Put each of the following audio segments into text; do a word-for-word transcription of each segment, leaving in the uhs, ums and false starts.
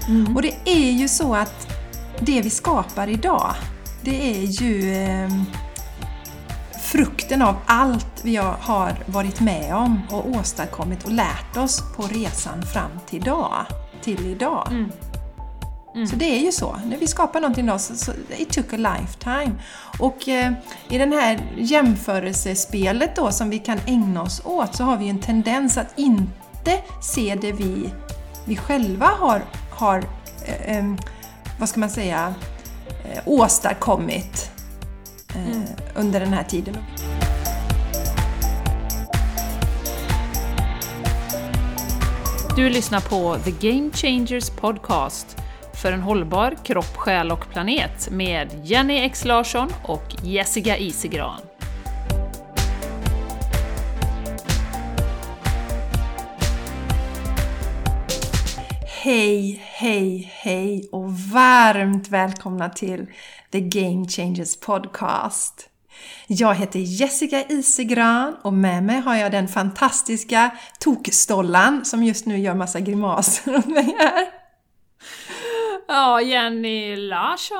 Mm. Och det är ju så att det vi skapar idag, det är ju eh, frukten av allt vi har varit med om och åstadkommit och lärt oss på resan fram till idag. Till idag. Mm. Mm. Så det är ju så. När vi skapar någonting då, så, så it took a lifetime. Och eh, i den här jämförelsespelet då som vi kan ägna oss åt, så har vi en tendens att inte se det vi, vi själva har, har eh, eh, vad ska man säga, eh, åstadkommit eh, mm. under den här tiden. Du lyssnar på The Game Changers Podcast för en hållbar kropp, själ och planet med Jenny X Larsson och Jessica Isegran. Hej, hej, hej och varmt välkomna till The Game Changers Podcast. Jag heter Jessica Isegran och med mig har jag den fantastiska tokstollan som just nu gör massa grimaser åt mig här. Ja, Jenny Larsson!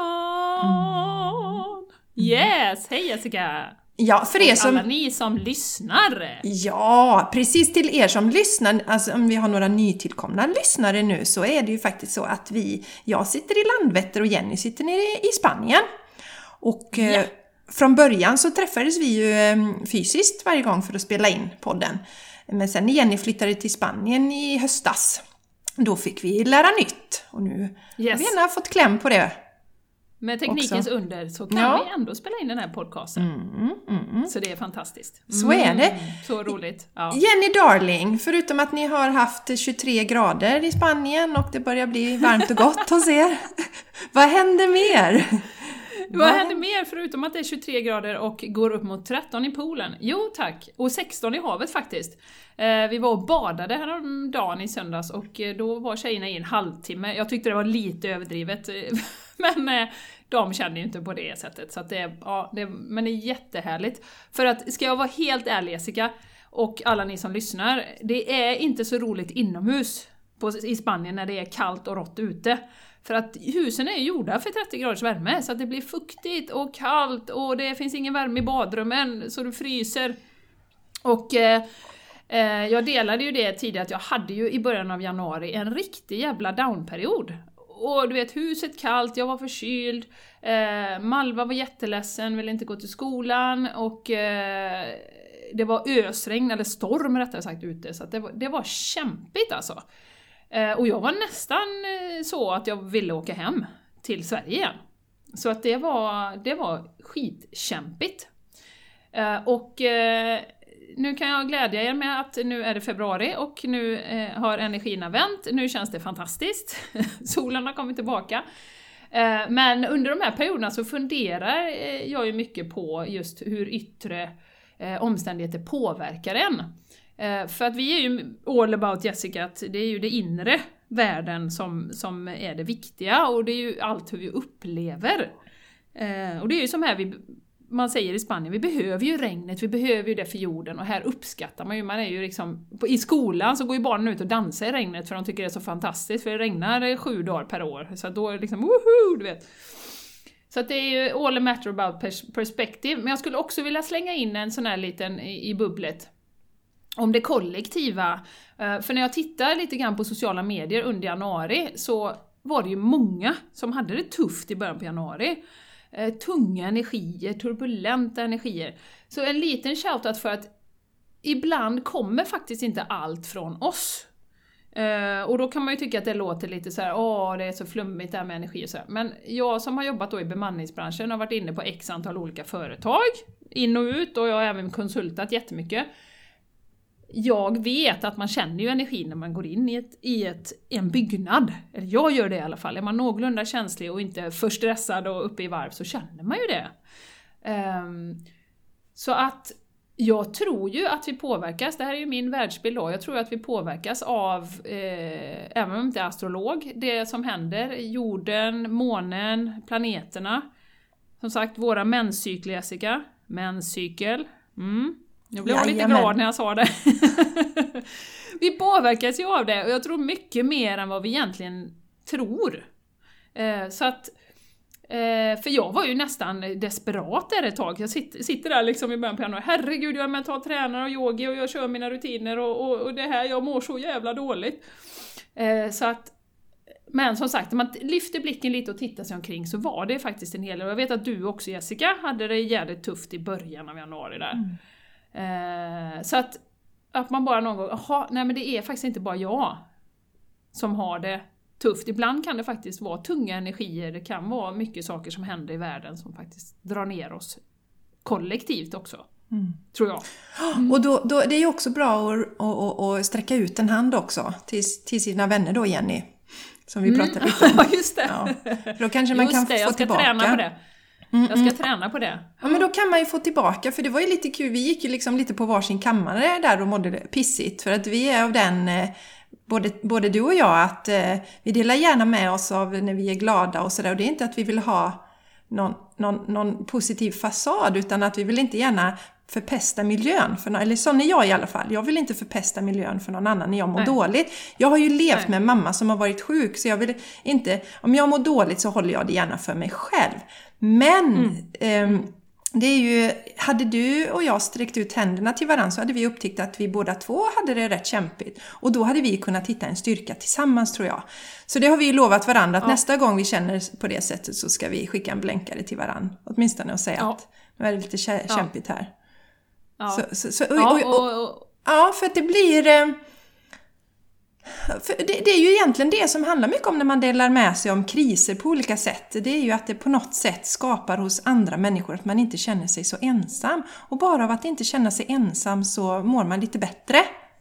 Mm. Yes! Hej Jessica! Ja, för er som... alla ni som lyssnar! Ja, precis till er som lyssnar, alltså om vi har några nytillkomna lyssnare nu, så är det ju faktiskt så att vi, jag sitter i Landvetter och Jenny sitter nere i Spanien. Och... Ja. Från början så träffades vi ju fysiskt varje gång för att spela in podden. Men sen när Jenny flyttade till Spanien i höstas, då fick vi lära nytt. Och nu yes. har vi gärna fått kläm på det. Med teknikens också. Under så kan ja. vi ändå spela in den här podcasten. Mm, mm, mm. Så det är fantastiskt. Mm, så är det. Så roligt. Ja. Jenny Darling, förutom att ni har haft tjugotre grader i Spanien och det börjar bli varmt och gott hos er. Vad händer mer? Vad händer mer förutom att det är tjugotre grader och går upp mot tretton i poolen? Jo tack, och sexton i havet faktiskt. Eh, vi var och badade häromdagen i söndags och då var tjejerna i en halvtimme. Jag tyckte det var lite överdrivet, men eh, de kände ju inte på det sättet. Så att det, ja, det, men det är jättehärligt. För att, ska jag vara helt ärlig Jessica och alla ni som lyssnar, det är inte så roligt inomhus på, i Spanien när det är kallt och rått ute. För att husen är gjorda för trettio graders värme, så att det blir fuktigt och kallt och det finns ingen värme i badrummen så du fryser. Och eh, eh, jag delade ju det tidigare att jag hade ju i början av januari en riktig jävla downperiod. Och du vet, huset kallt, jag var förkyld, eh, Malva var jätteledsen, ville inte gå till skolan och eh, det var ösregn eller storm rättare sagt ute, så att det, var, det var kämpigt alltså. Och jag var nästan så att jag ville åka hem till Sverige igen. Så att det var, det var skitkämpigt. Och nu kan jag glädja er med att nu är det februari och nu har energin vänt. Nu känns det fantastiskt. Solen har kommit tillbaka. Men under de här perioderna så funderar jag ju mycket på just hur yttre omständigheter påverkar en. Uh, för att vi är ju all about Jessica, att det är ju det inre världen som, som är det viktiga och det är ju allt hur vi upplever. Uh, och det är ju som här vi, man säger i Spanien, vi behöver ju regnet, vi behöver ju det för jorden och här uppskattar man ju, man är ju liksom, på, i skolan så går ju barnen ut och dansar i regnet för de tycker det är så fantastiskt, för det regnar sju dagar per år, så då är det liksom woho, du vet. Så att det är ju all a matter about pers- perspective, men jag skulle också vilja slänga in en sån här liten i, i bubblet om det kollektiva. För när jag tittar lite grann på sociala medier under januari så var det ju många som hade det tufft i början på januari. Tunga energier, turbulenta energier. Så en liten shoutout för att ibland kommer faktiskt inte allt från oss. Och då kan man ju tycka att det låter lite så här, åh det är så flummigt det här med energi och så här. Men jag som har jobbat då i bemanningsbranschen har varit inne på x antal olika företag, in och ut, och jag har även konsultat jättemycket. Jag vet att man känner ju energi när man går in i, ett, i ett, en byggnad. Eller jag gör det i alla fall. Är man någorlunda känslig och inte för stressad och uppe i varv så känner man ju det. Um, så att jag tror ju att vi påverkas. Det här är ju min världsbild då. Jag tror att vi påverkas av, eh, även om jag inte är astrolog, det som händer. Jorden, månen, planeterna. Som sagt, våra menscykler, Jessica. Menscykel. Mm. Jag blev lite glad när jag sa det. Vi påverkas ju av det och jag tror mycket mer än vad vi egentligen tror. Eh, så att Eh, för jag var ju nästan desperat där ett tag. Jag sitter, sitter där liksom i början på januari. Herregud, jag är mental tränare och yogi och jag kör mina rutiner och, och, och det här, jag mår så jävla dåligt. Eh, så att, men som sagt, när man lyfter blicken lite och tittar sig omkring så var det faktiskt en hel del. Jag vet att du också, Jessica, hade det jävligt tufft i början av januari där. Mm. Eh, så att, att man bara någon gång, aha, nej men det är faktiskt inte bara jag som har det tufft. Ibland kan det faktiskt vara tunga energier, det kan vara mycket saker som händer i världen som faktiskt drar ner oss kollektivt också, mm. tror jag. Mm. Och då, då, det är ju också bra att, att, att sträcka ut en hand också till, till sina vänner då, Jenny, som vi pratade mm. lite om. Ja, just det. Ja. För då kanske man just kan det, få jag ska tillbaka. Träna på det. Mm, jag ska mm. träna på det. Ja, men då kan man ju få tillbaka, för det var ju lite kul, vi gick ju liksom lite på varsin kammare där och mådde pissigt, för att vi är av den... Både, både du och jag, att eh, vi delar gärna med oss av när vi är glada och sådär. Och det är inte att vi vill ha någon, någon, någon positiv fasad, utan att vi vill inte gärna förpesta miljön. För, eller sån är jag i alla fall. Jag vill inte förpesta miljön för någon annan när jag mår Nej. dåligt. Jag har ju levt Nej. med mamma som har varit sjuk, så jag vill inte... Om jag mår dåligt så håller jag det gärna för mig själv. Men... Mm. Eh, Det är ju, hade du och jag sträckt ut händerna till varandra så hade vi upptäckt att vi båda två hade det rätt kämpigt. Och då hade vi kunnat hitta en styrka tillsammans, tror jag. Så det har vi ju lovat varandra att ja. nästa gång vi känner på det sättet så ska vi skicka en blänkare till varandra. Åtminstone och säga ja. att nu är det lite kä- ja. kämpigt här. Ja. Så, så, så, och, och, och, och, ja, för att det blir... För det, det är ju egentligen det som handlar mycket om när man delar med sig om kriser på olika sätt. Det är ju att det på något sätt skapar hos andra människor att man inte känner sig så ensam. Och bara av att inte känna sig ensam så mår man lite bättre.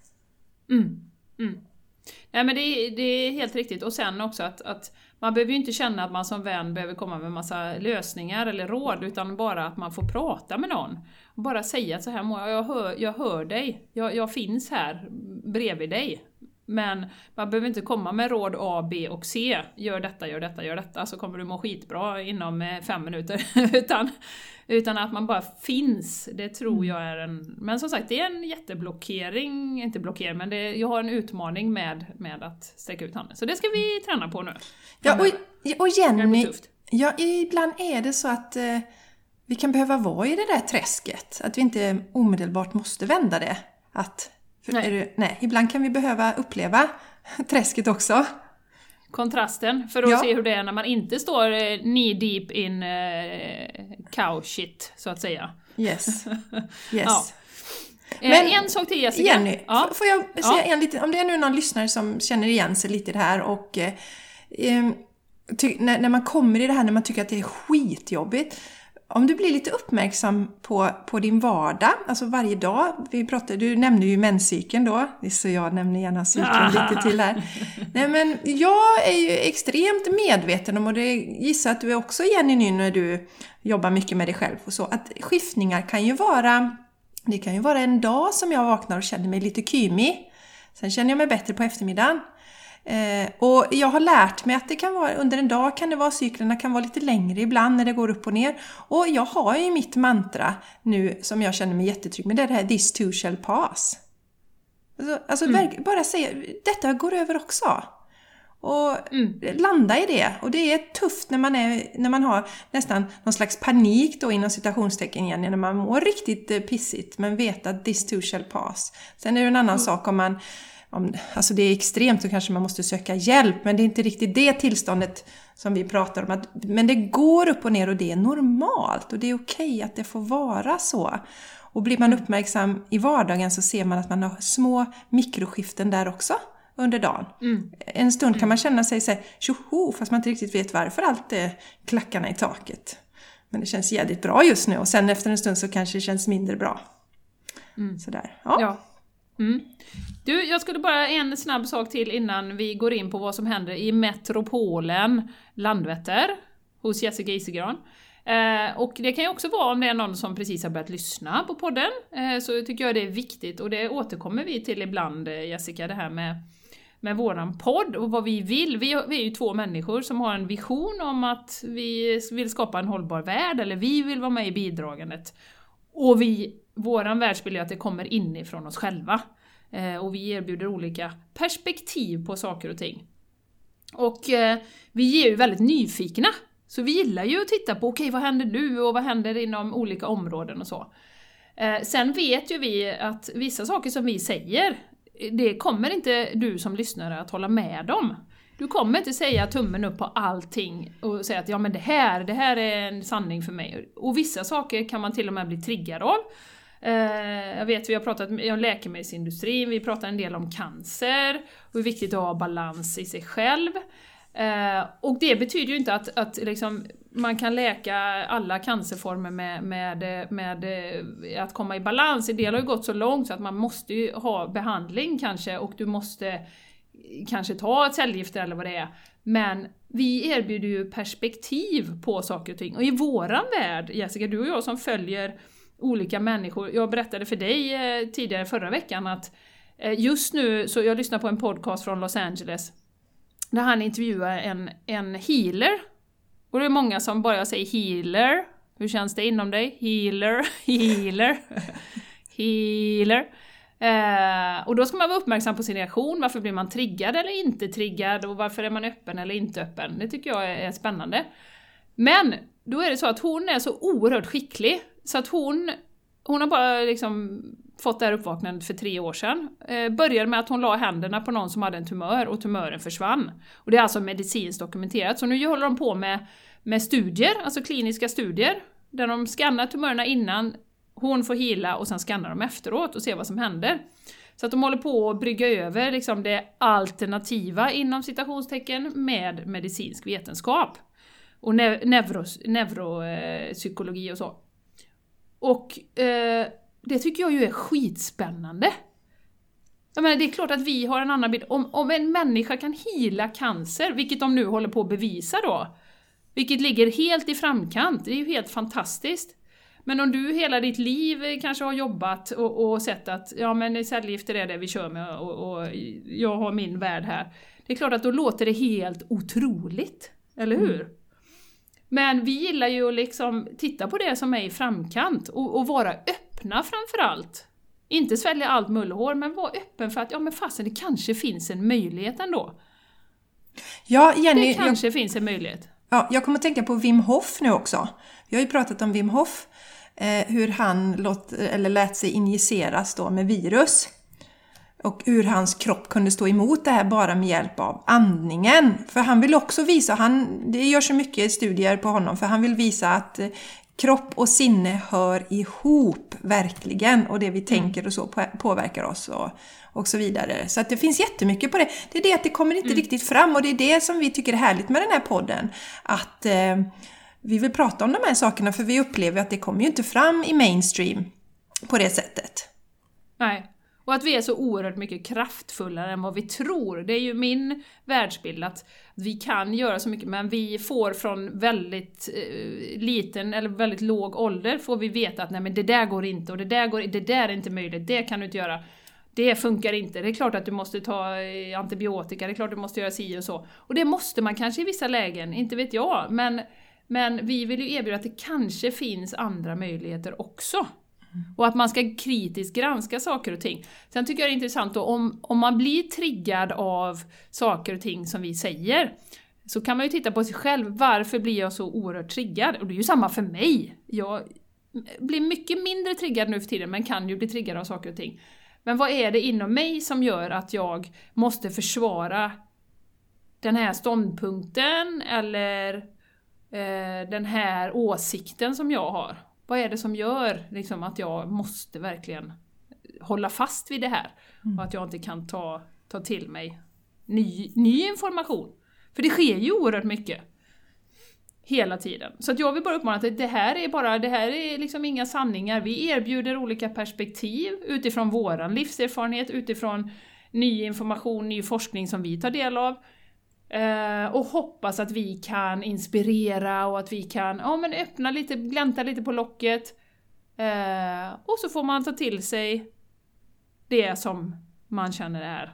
Mm. Mm. Ja, men det, det är helt riktigt. Och sen också att, att man behöver ju inte känna att man som vän behöver komma med en massa lösningar eller råd, utan bara att man får prata med någon. Och bara säga att så här mår jag, jag hör, jag hör dig, jag, jag finns här bredvid dig. Men man behöver inte komma med råd A, B och C. Gör detta, gör detta, gör detta. Så kommer du må skitbra inom fem minuter. utan, utan att man bara finns. Det tror jag är en... Men som sagt, det är en jätteblockering. Inte blockering, men det, jag har en utmaning med, med att sträcka ut handen. Så det ska vi träna på nu. Ja, och, och Jenny... Ja, ibland är det så att eh, vi kan behöva vara i det där träsket. Att vi inte omedelbart måste vända det. Att... Nej. Du, nej, ibland kan vi behöva uppleva träsket också. Kontrasten, för att ja. se hur det är när man inte står eh, knee deep in eh, cow shit, så att säga. Yes, yes. Ja. Men en sak till, Jessica. Jenny, ja. får jag säga ja. en liten, om det är nu någon lyssnare som känner igen sig lite i det här och eh, ty, när, när man kommer i det här, när man tycker att det är skitjobbigt. Om du blir lite uppmärksam på, på din vardag, alltså varje dag, vi pratade, du nämnde ju menscykeln då, så jag nämner gärna cykeln lite till här. Nej, men jag är ju extremt medveten om, och det gissar att du är också, Jenny, nu när du jobbar mycket med dig själv och så, att skiftningar kan ju vara, det kan ju vara en dag som jag vaknar och känner mig lite kymig, sen känner jag mig bättre på eftermiddagen. Eh, och jag har lärt mig att det kan vara, under en dag kan det vara, cyklerna kan vara lite längre ibland när det går upp och ner. Och jag har ju mitt mantra nu som jag känner mig jättetrygg med, det är det här this too shall pass. Alltså, alltså mm. bara säga, detta går över också. Och mm. landa i det. Och det är tufft när man, är, när man har nästan någon slags panik då inom citationstecken igen, när man mår riktigt pissigt, men vet att this too shall pass. Sen är det en annan mm. sak om man Om, alltså det är extremt så kanske man måste söka hjälp, men det är inte riktigt det tillståndet som vi pratar om. Att, men det går upp och ner och det är normalt och det är okej att det får vara så. Och blir man uppmärksam i vardagen så ser man att man har små mikroskiften där också under dagen. Mm. En stund kan man känna sig så här, tjoho, fast man inte riktigt vet varför allt är klackarna i taket. Men det känns jävligt bra just nu och sen efter en stund så kanske det känns mindre bra. Mm. Sådär, ja. ja. Mm. Du, jag skulle bara en snabb sak till innan vi går in på vad som händer i metropolen Landvetter hos Jessica Isegran. Eh, och det kan ju också vara om det är någon som precis har börjat lyssna på podden, eh, så tycker jag det är viktigt, och det återkommer vi till ibland, Jessica, det här med, med våran podd och vad vi vill. Vi, vi är ju två människor som har en vision om att vi vill skapa en hållbar värld, eller vi vill vara med i bidragandet. Och vi, våran världsbild är att det kommer inifrån oss själva. Eh, och vi erbjuder olika perspektiv på saker och ting. Och eh, vi är ju väldigt nyfikna. Så vi gillar ju att titta på, okej, okay, vad händer nu och vad händer inom olika områden och så. Eh, sen vet ju vi att vissa saker som vi säger, det kommer inte du som lyssnare att hålla med om. Du kommer inte säga tummen upp på allting och säga att ja men det här, det här är en sanning för mig. Och vissa saker kan man till och med bli triggad av. Eh, jag vet vi har pratat om läkemedelsindustrin, vi pratar en del om cancer och hur viktigt att ha balans i sig själv. Eh, och det betyder ju inte att, att liksom, man kan läka alla cancerformer med, med, med att komma i balans. En del har ju gått så långt så att man måste ju ha behandling kanske och du måste kanske ta ett cellgifter eller vad det är. Men vi erbjuder ju perspektiv på saker och ting. Och i våran värld, Jessica, du och jag som följer olika människor. Jag berättade för dig eh, tidigare förra veckan att eh, just nu, så jag lyssnar på en podcast från Los Angeles där han intervjuar en, en healer. Och det är många som bara säger healer. Hur känns det inom dig? Healer, healer, healer. Eh, och då ska man vara uppmärksam på sin reaktion. Varför blir man triggad eller inte triggad? Och varför är man öppen eller inte öppen? Det tycker jag är, är spännande. Men då är det så att hon är så oerhört skicklig. Så att hon, hon har bara liksom fått det här uppvaknandet för tre år sedan. Eh, började med att hon la händerna på någon som hade en tumör och tumören försvann. Och det är alltså medicinskt dokumenterat. Så nu håller de på med, med studier, alltså kliniska studier. Där de skannar tumörerna innan hon får heala och sen skannar de efteråt och ser vad som händer. Så att de håller på att brygga över liksom det alternativa inom citationstecken med medicinsk vetenskap. Och ne- neuros, neuropsykologi och så. Och eh, det tycker jag ju är skitspännande. Jag menar, det är klart att vi har en annan bild. Om, om en människa kan heala cancer, vilket de nu håller på att bevisa då. Vilket ligger helt i framkant. Det är ju helt fantastiskt. Men om du hela ditt liv kanske har jobbat och, och sett att ja, men cellgifter är det vi kör med och, och jag har min värld här. Det är klart att då låter det helt otroligt. Eller hur? Mm. Men vi gillar ju att liksom titta på det som är i framkant och, och vara öppna framförallt. Inte svälja allt mullhår, men vara öppen för att ja, men fasen, det kanske finns en möjlighet ändå. Ja, Jenny, det kanske jag, finns en möjlighet. Ja, jag kommer att tänka på Wim Hof nu också. Vi har ju pratat om Wim Hof, eh, hur han låt, eller lät sig injiceras då med virus. Och hur hans kropp kunde stå emot det här bara med hjälp av andningen. För han vill också visa, han, det gör så mycket studier på honom, för han vill visa att eh, kropp och sinne hör ihop verkligen. Och det vi tänker och så påverkar oss och, och så vidare. Så att det finns jättemycket på det. Det är det att det kommer inte mm. riktigt fram, och det är det som vi tycker är härligt med den här podden. Att eh, vi vill prata om de här sakerna, för vi upplever att det kommer ju inte fram i mainstream på det sättet. Nej. Och att vi är så oerhört mycket kraftfullare än vad vi tror. Det är ju min världsbild att vi kan göra så mycket, men vi får från väldigt eh, liten eller väldigt låg ålder får vi veta att nej, men det där går inte och det där, går, det där är inte möjligt, det kan du inte göra. Det funkar inte. Det är klart att du måste ta antibiotika, det är klart att du måste göra si och så. Och det måste man kanske i vissa lägen, inte vet jag. Men, men vi vill ju erbjuda att det kanske finns andra möjligheter också. Och att man ska kritiskt granska saker och ting. Sen tycker jag det är intressant då, om, om man blir triggad av saker och ting som vi säger, så kan man ju titta på sig själv. Varför blir jag så oerhört triggad? Och det är ju samma för mig. Jag blir mycket mindre triggad nu för tiden, men kan ju bli triggad av saker och ting. Men vad är det inom mig som gör att jag måste försvara den här ståndpunkten eller eh, den här åsikten som jag har? Vad är det som gör liksom, att jag måste verkligen hålla fast vid det här? Mm. Och att jag inte kan ta, ta till mig ny, ny information. För det sker ju oerhört mycket. Hela tiden. Så att jag vill bara uppmana att det här är bara, det här är liksom inga sanningar. Vi erbjuder olika perspektiv utifrån våran livserfarenhet, utifrån ny information, ny forskning som vi tar del av. Uh, och hoppas att vi kan inspirera och att vi kan ja, men öppna lite, glänta lite på locket. Uh, och så får man ta till sig det som man känner är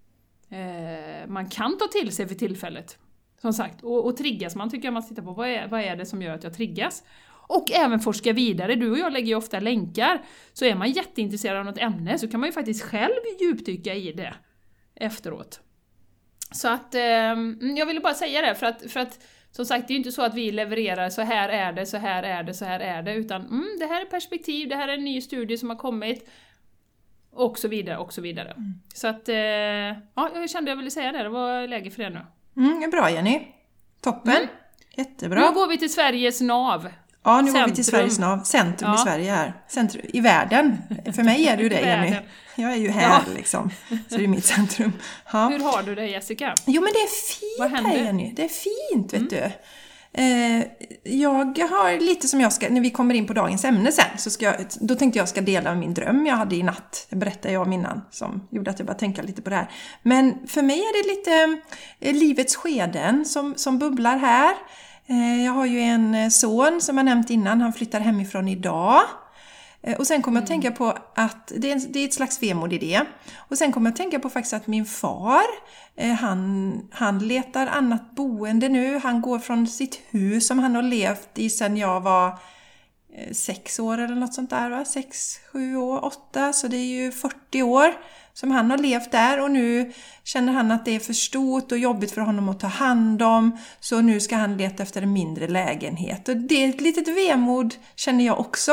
uh, man kan ta till sig för tillfället. Som sagt, och, och triggas man tycker jag man tittar på vad är, vad är det som gör att jag triggas. Och även forska vidare. Du och jag lägger ju ofta länkar. Så är man jätteintresserad av något ämne så kan man ju faktiskt själv djupdyka i det efteråt. Så att, eh, jag ville bara säga det, för att, för att som sagt, det är ju inte så att vi levererar så här är det, så här är det, så här är det, utan mm, det här är perspektiv, det här är en ny studie som har kommit, och så vidare, och så vidare. Mm. Så att, eh, ja, jag kände jag ville säga det, det var läge för det nu. Mm, bra Jenny. Toppen. Mm. Jättebra. Nu går vi till Sveriges nav. Ja, nu Centrum. går vi till Sveriges nav. Centrum ja. i Sverige här. Centrum i världen. För mig är det ju det, Jenny. Jag är ju här ja. liksom. Så det är mitt centrum. Ja. Hur har du det, Jessica? Jo, men det är fint här, Jenny. Det är fint, vet mm. du. Eh, jag har lite som jag ska, när vi kommer in på dagens ämne sen, så ska jag, då tänkte jag ska dela min dröm jag hade i natt. Det berättade jag om innan, som gjorde att jag bara tänka lite på det här. Men för mig är det lite eh, livets skeden som, som bubblar här. Jag har ju en son som jag nämnt innan, han flyttar hemifrån idag. Och sen kommer jag att tänka på att det är, det är ett slags vemod i det. Och sen kommer jag att tänka på faktiskt att min far, han, han letar annat boende nu. Han går från sitt hus som han har levt i sedan jag var sex år eller något sånt där, va? Sex, sju år, åtta, så det är ju fyrtio år som han har levt där, och nu känner han att det är för stort och jobbigt för honom att ta hand om, så nu ska han leta efter en mindre lägenhet. Och det är ett litet vemod, känner jag också.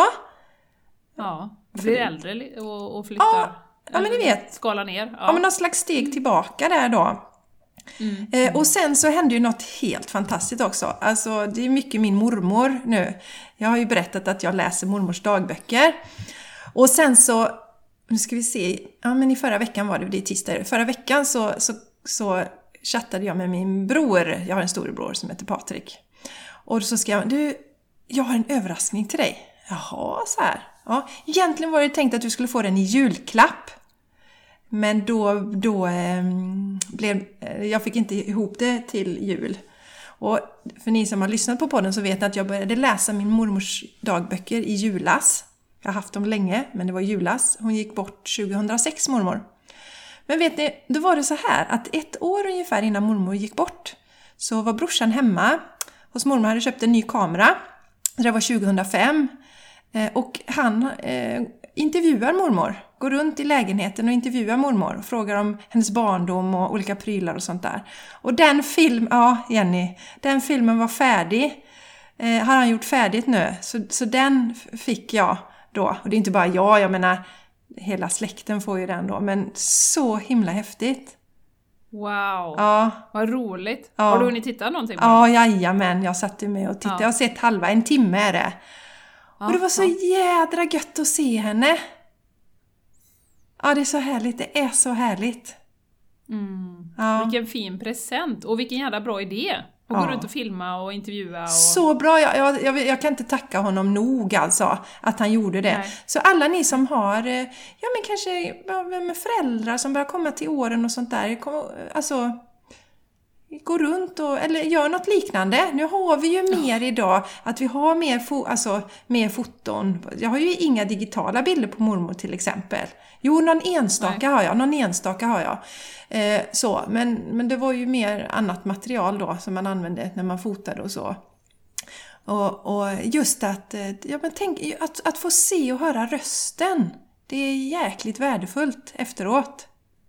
Ja, blir äldre och, och flyttar. Ja, ja, men ni vet. Skala ner. Ja, ja men något slags steg tillbaka där då. Mm. Eh, och sen så hände ju något helt fantastiskt också. Alltså det är mycket min mormor nu. Jag har ju berättat att jag läser mormors dagböcker. Och sen så, nu ska vi se, ja men i förra veckan var det, det är tisdag. Förra veckan så, så, så chattade jag med min bror. Jag har en storebror som heter Patrik. Och så skrev han, du, jag har en överraskning till dig. Jaha, så här. Ja, egentligen var det tänkt att du skulle få den i julklapp. Men då, då eh, blev, jag fick inte ihop det till jul. Och för ni som har lyssnat på podden så vet ni att jag började läsa min mormors dagböcker i julas. Jag har haft dem länge, men det var julas. Hon gick bort tjugohundrasex, mormor. Men vet ni, då var det så här att ett år ungefär innan mormor gick bort så var brorsan hemma. Hos mormor hade köpt en ny kamera. Det var tjugohundrafem. Och han eh, intervjuar mormor. Går runt i lägenheten och intervjuar mormor. Och frågar om hennes barndom och olika prylar och sånt där. Och den film, ja Jenny, den filmen var färdig. Eh, har han gjort färdigt nu. Så, så den fick jag då. Och det är inte bara jag, jag menar hela släkten får ju den då. Men så himla häftigt. Wow, ja. Vad roligt. Ja. Har du hunnit titta någonting på ja, det? Ja, jajamän. Jag satt ju med och tittade. Ja. Jag har sett halva, en timme är det. Ja, och det var så ja. jädra gött att se henne. Ja, det är så härligt. Det är så härligt. Mm. Ja. Vilken fin present. Och vilken jävla bra idé. Och ja. gå runt och filma och intervjua. Och... Så bra. Jag, jag, jag, jag kan inte tacka honom nog alltså. Att han gjorde det. Nej. Så alla ni som har, ja men kanske med föräldrar som börjar komma till åren och sånt där. Alltså... gå runt och, eller gör något liknande. Nu har vi ju mer idag, att vi har mer, fo, alltså, mer foton. Jag har ju inga digitala bilder på mormor till exempel. Jo, någon enstaka Nej. har jag, någon enstaka har jag. Eh, så, men, men det var ju mer annat material då som man använde när man fotade och så. Och, och just att, ja, men tänk, att, att få se och höra rösten, det är jäkligt värdefullt efteråt.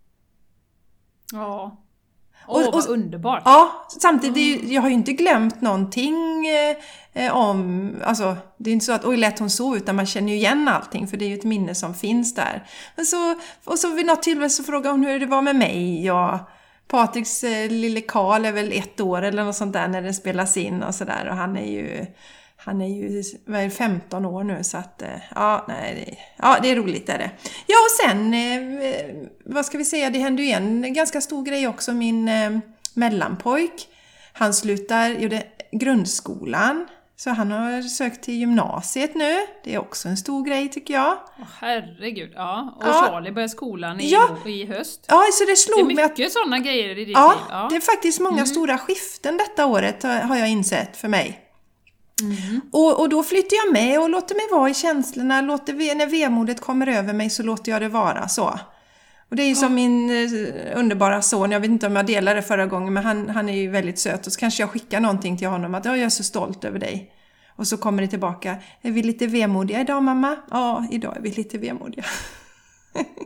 Ja. Åh, oh, vad underbart! Ja, samtidigt, mm. jag har ju inte glömt någonting eh, om, alltså det är inte så att oj lät hon så, utan man känner ju igen allting, för det är ju ett minne som finns där. Men så, och så vid något tillfälle så frågar hon hur det var med mig, och Patriks eh, lille Karl är väl ett år eller något sånt där när det spelas in och sådär, och han är ju Han är ju väl femton år nu, så att ja, nej, det, ja, det är roligt är det. Ja, och sen eh, vad ska vi säga, det hände ju en ganska stor grej också. Min eh, mellanpojk, han slutar gjorde grundskolan, så han har sökt till gymnasiet nu. Det är också en stor grej tycker jag. Åh, herregud, ja. Och ja. Charlie börjar skolan i, ja. i höst. Ja, så det slog mig. Det är mycket att... sådana grejer i ditt ja, liv. Ja, det är faktiskt många mm. stora skiften detta året har jag insett för mig. Mm. Och, och då flyttar jag med och låter mig vara i känslorna. Låter vi, när vemodet kommer över mig så låter jag det vara så. Och det är ju ja. som min eh, underbara son. Jag vet inte om jag delade det förra gången, men han, han är ju väldigt söt. Och så kanske jag skickar någonting till honom att jag är så stolt över dig. Och så kommer det tillbaka. Är vi lite vemodiga idag, mamma? Ja, idag är vi lite vemodiga.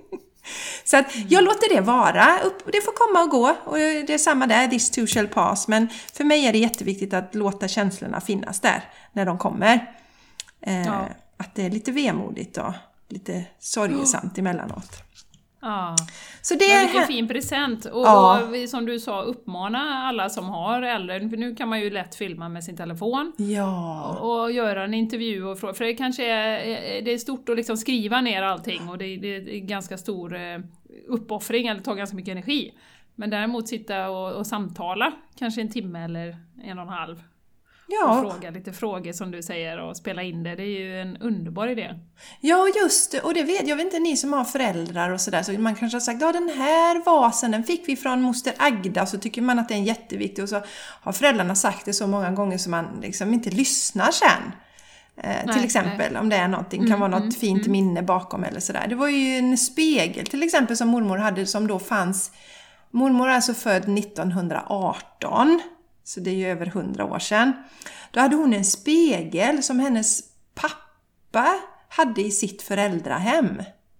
Så att jag låter det vara, upp, det får komma och gå, och det är samma där, this too shall pass, men för mig är det jätteviktigt att låta känslorna finnas där när de kommer. Eh, ja. Att det är lite vemodigt och lite sorgesamt oh. emellanåt. Ja, så det men vilken fin present. Och, ja. och som du sa, uppmana alla som har äldre, för nu kan man ju lätt filma med sin telefon. Ja. Och, och göra en intervju och fråga, för det kanske är, det är stort att liksom skriva ner allting, och det, det är ganska stor uppoffring, eller tar ganska mycket energi. Men däremot sitta och, och samtala kanske en timme eller en och en halv. Ja. Och fråga lite frågor som du säger och spela in det. Det är ju en underbar idé. Ja, just det. Och det vet jag vet inte, ni som har föräldrar och sådär. Så man kanske har sagt, ja den här vasen den fick vi från moster Agda. Så tycker man att det är jätteviktigt. Och så har föräldrarna sagt det så många gånger så man liksom inte lyssnar sen. Eh, nej, till exempel nej. Om det är någonting, kan mm, vara något mm, fint mm. minne bakom eller sådär. Det var ju en spegel till exempel som mormor hade, som då fanns. Mormor är alltså född nittonhundraarton. Så det är ju över hundra år sedan. Då hade hon en spegel som hennes pappa hade i sitt föräldrahem.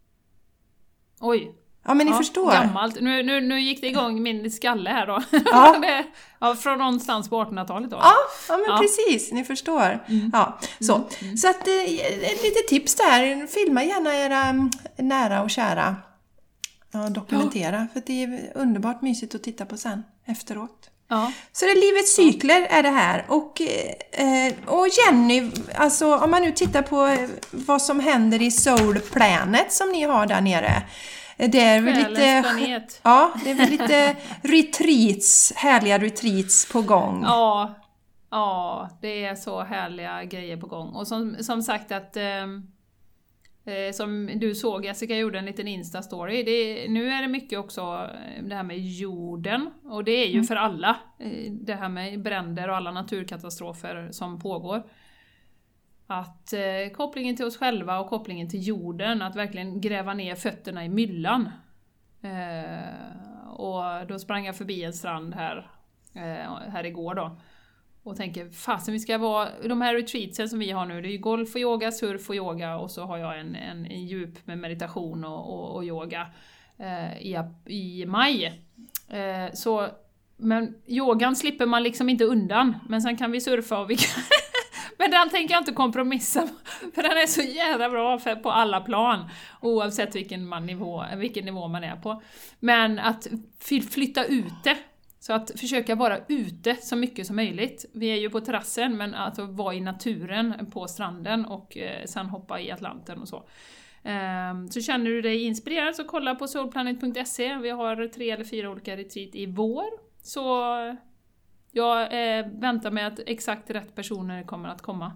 Oj. Ja, men ni ja, förstår. Gammalt. Nu, nu, nu gick det igång min skalle här då. Ja. det, ja, från någonstans på artonhundratalet då. Ja, ja men ja. Precis. Ni förstår. Mm. Ja, så. Mm. Mm. Så att, eh, lite tips där. Filma gärna era um, nära och kära. Ja, dokumentera. Ja. För det är underbart mysigt att titta på sen, efteråt. Ja. Så det är livets cykler är det här. Och, eh, och Jenny, alltså om man nu tittar på vad som händer i Soul Planet som ni har där nere. Det är väl lite, planet. Ja, det är väl lite retreats, härliga retreats på gång. Ja, ja, det är så härliga grejer på gång. Och som, som sagt att... Eh, som du såg, Jessica gjorde en liten Insta-story. Det, nu är det mycket också det här med jorden. Och det är ju för alla. Det här med bränder och alla naturkatastrofer som pågår. Att eh, kopplingen till oss själva och kopplingen till jorden. Att verkligen gräva ner fötterna i myllan. Eh, och då sprang jag förbi en strand här, eh, här igår då. Och tänker, fasen vi ska vara, de här retreatsen som vi har nu, det är ju golf och yoga, surf och yoga, och så har jag en, en, en djup med meditation och, och, och yoga eh, i, i maj. Eh, så, men yogan slipper man liksom inte undan, men sen kan vi surfa och vi kan men den tänker jag inte kompromissa, för den är så jävla bra för, på alla plan, oavsett vilken, man nivå, vilken nivå man är på. Men att flytta ut det, så att försöka vara ute så mycket som möjligt. Vi är ju på terrassen, men att vara i naturen på stranden och eh, sen hoppa i Atlanten och så. Eh, så känner du dig inspirerad så kolla på soulplanet punkt se. Vi har tre eller fyra olika retreat i vår. Så jag eh, väntar med att exakt rätt personer kommer att komma.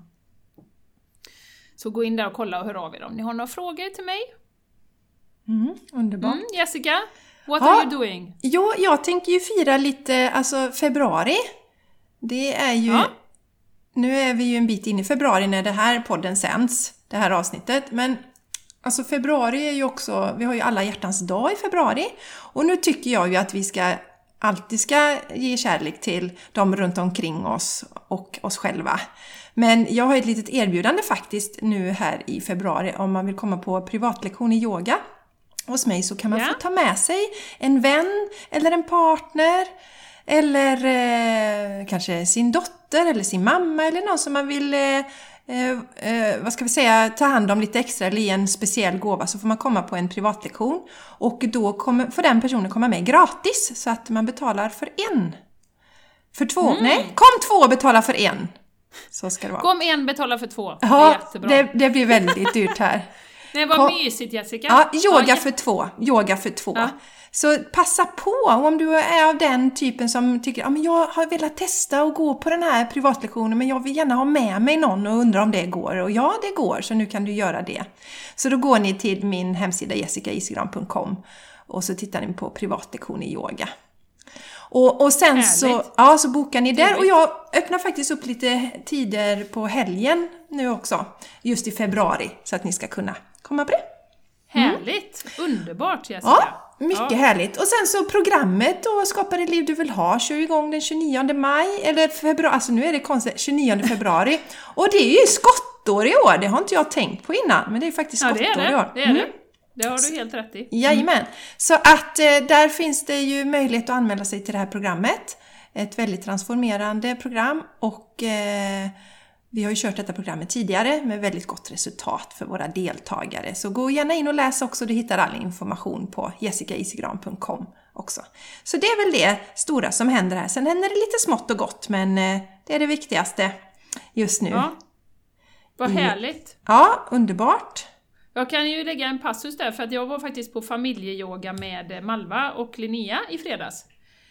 Så gå in där och kolla och hör av er om ni har några frågor till mig. Mm, underbart. Mm, Jessica? What ja, are you doing? Jo, jag tänker ju fira lite, alltså februari. Det är ju, ja. Nu är vi ju en bit in i februari när det här podden sänds, det här avsnittet. Men alltså februari är ju också, vi har ju alla hjärtans dag i februari. Och nu tycker jag ju att vi ska, alltid ska ge kärlek till de runt omkring oss och oss själva. Men jag har ett litet erbjudande faktiskt nu här i februari om man vill komma på privatlektion i yoga. Hos mig så kan man yeah. få ta med sig en vän eller en partner eller eh, kanske sin dotter eller sin mamma eller någon som man vill eh, eh, vad ska vi säga, ta hand om lite extra eller ge en speciell gåva, så får man komma på en privatlektion och då kommer, får den personen komma med gratis, så att man betalar för en. För två, mm. nej, kom två och betala för en. Så ska det vara. Kom en, betala för två. Ja, det är jättebra. Det, det blir väldigt dyrt här. Det var Kom. mysigt, Jessica. Ja, yoga ja, för två. Yoga för två. Ja. Så passa på om du är av den typen som tycker att ja, jag har velat testa och gå på den här privatlektionen, men jag vill gärna ha med mig någon och undrar om det går. Och ja, det går, så nu kan du göra det. Så då går ni till min hemsida jessica isigran punkt com och så tittar ni på privatlektion i yoga. Och, och sen så, ja, så bokar ni där. Och jag öppnar faktiskt upp lite tider på helgen nu också. Just i februari. Så att ni ska kunna komma på det. Mm. Härligt. Underbart, Jessica. Ja, mycket ja. härligt. Och sen så programmet då, Skapa det liv du vill ha, kör igång den tjugonionde maj. Eller februari, alltså nu är det konstigt, tjugonionde februari. Och det är ju skottår i år. Det har inte jag tänkt på innan. Men det är faktiskt skottår ja, det är det. i år. Det är det. Mm. det har du helt rätt i. Jajamän. Mm. Så att eh, där finns det ju möjlighet att anmäla sig till det här programmet. Ett väldigt transformerande program och eh, vi har ju kört detta programmet tidigare med väldigt gott resultat för våra deltagare. Så gå gärna in och läs också, du hittar all information på jessica isigran punkt com också. Så det är väl det stora som händer här. Sen händer det lite smått och gott, men eh, det är det viktigaste just nu. Ja, vad härligt. Ja, underbart. Jag kan ju lägga en passus där, för att jag var faktiskt på familjeyoga med Malva och Linnea i fredags.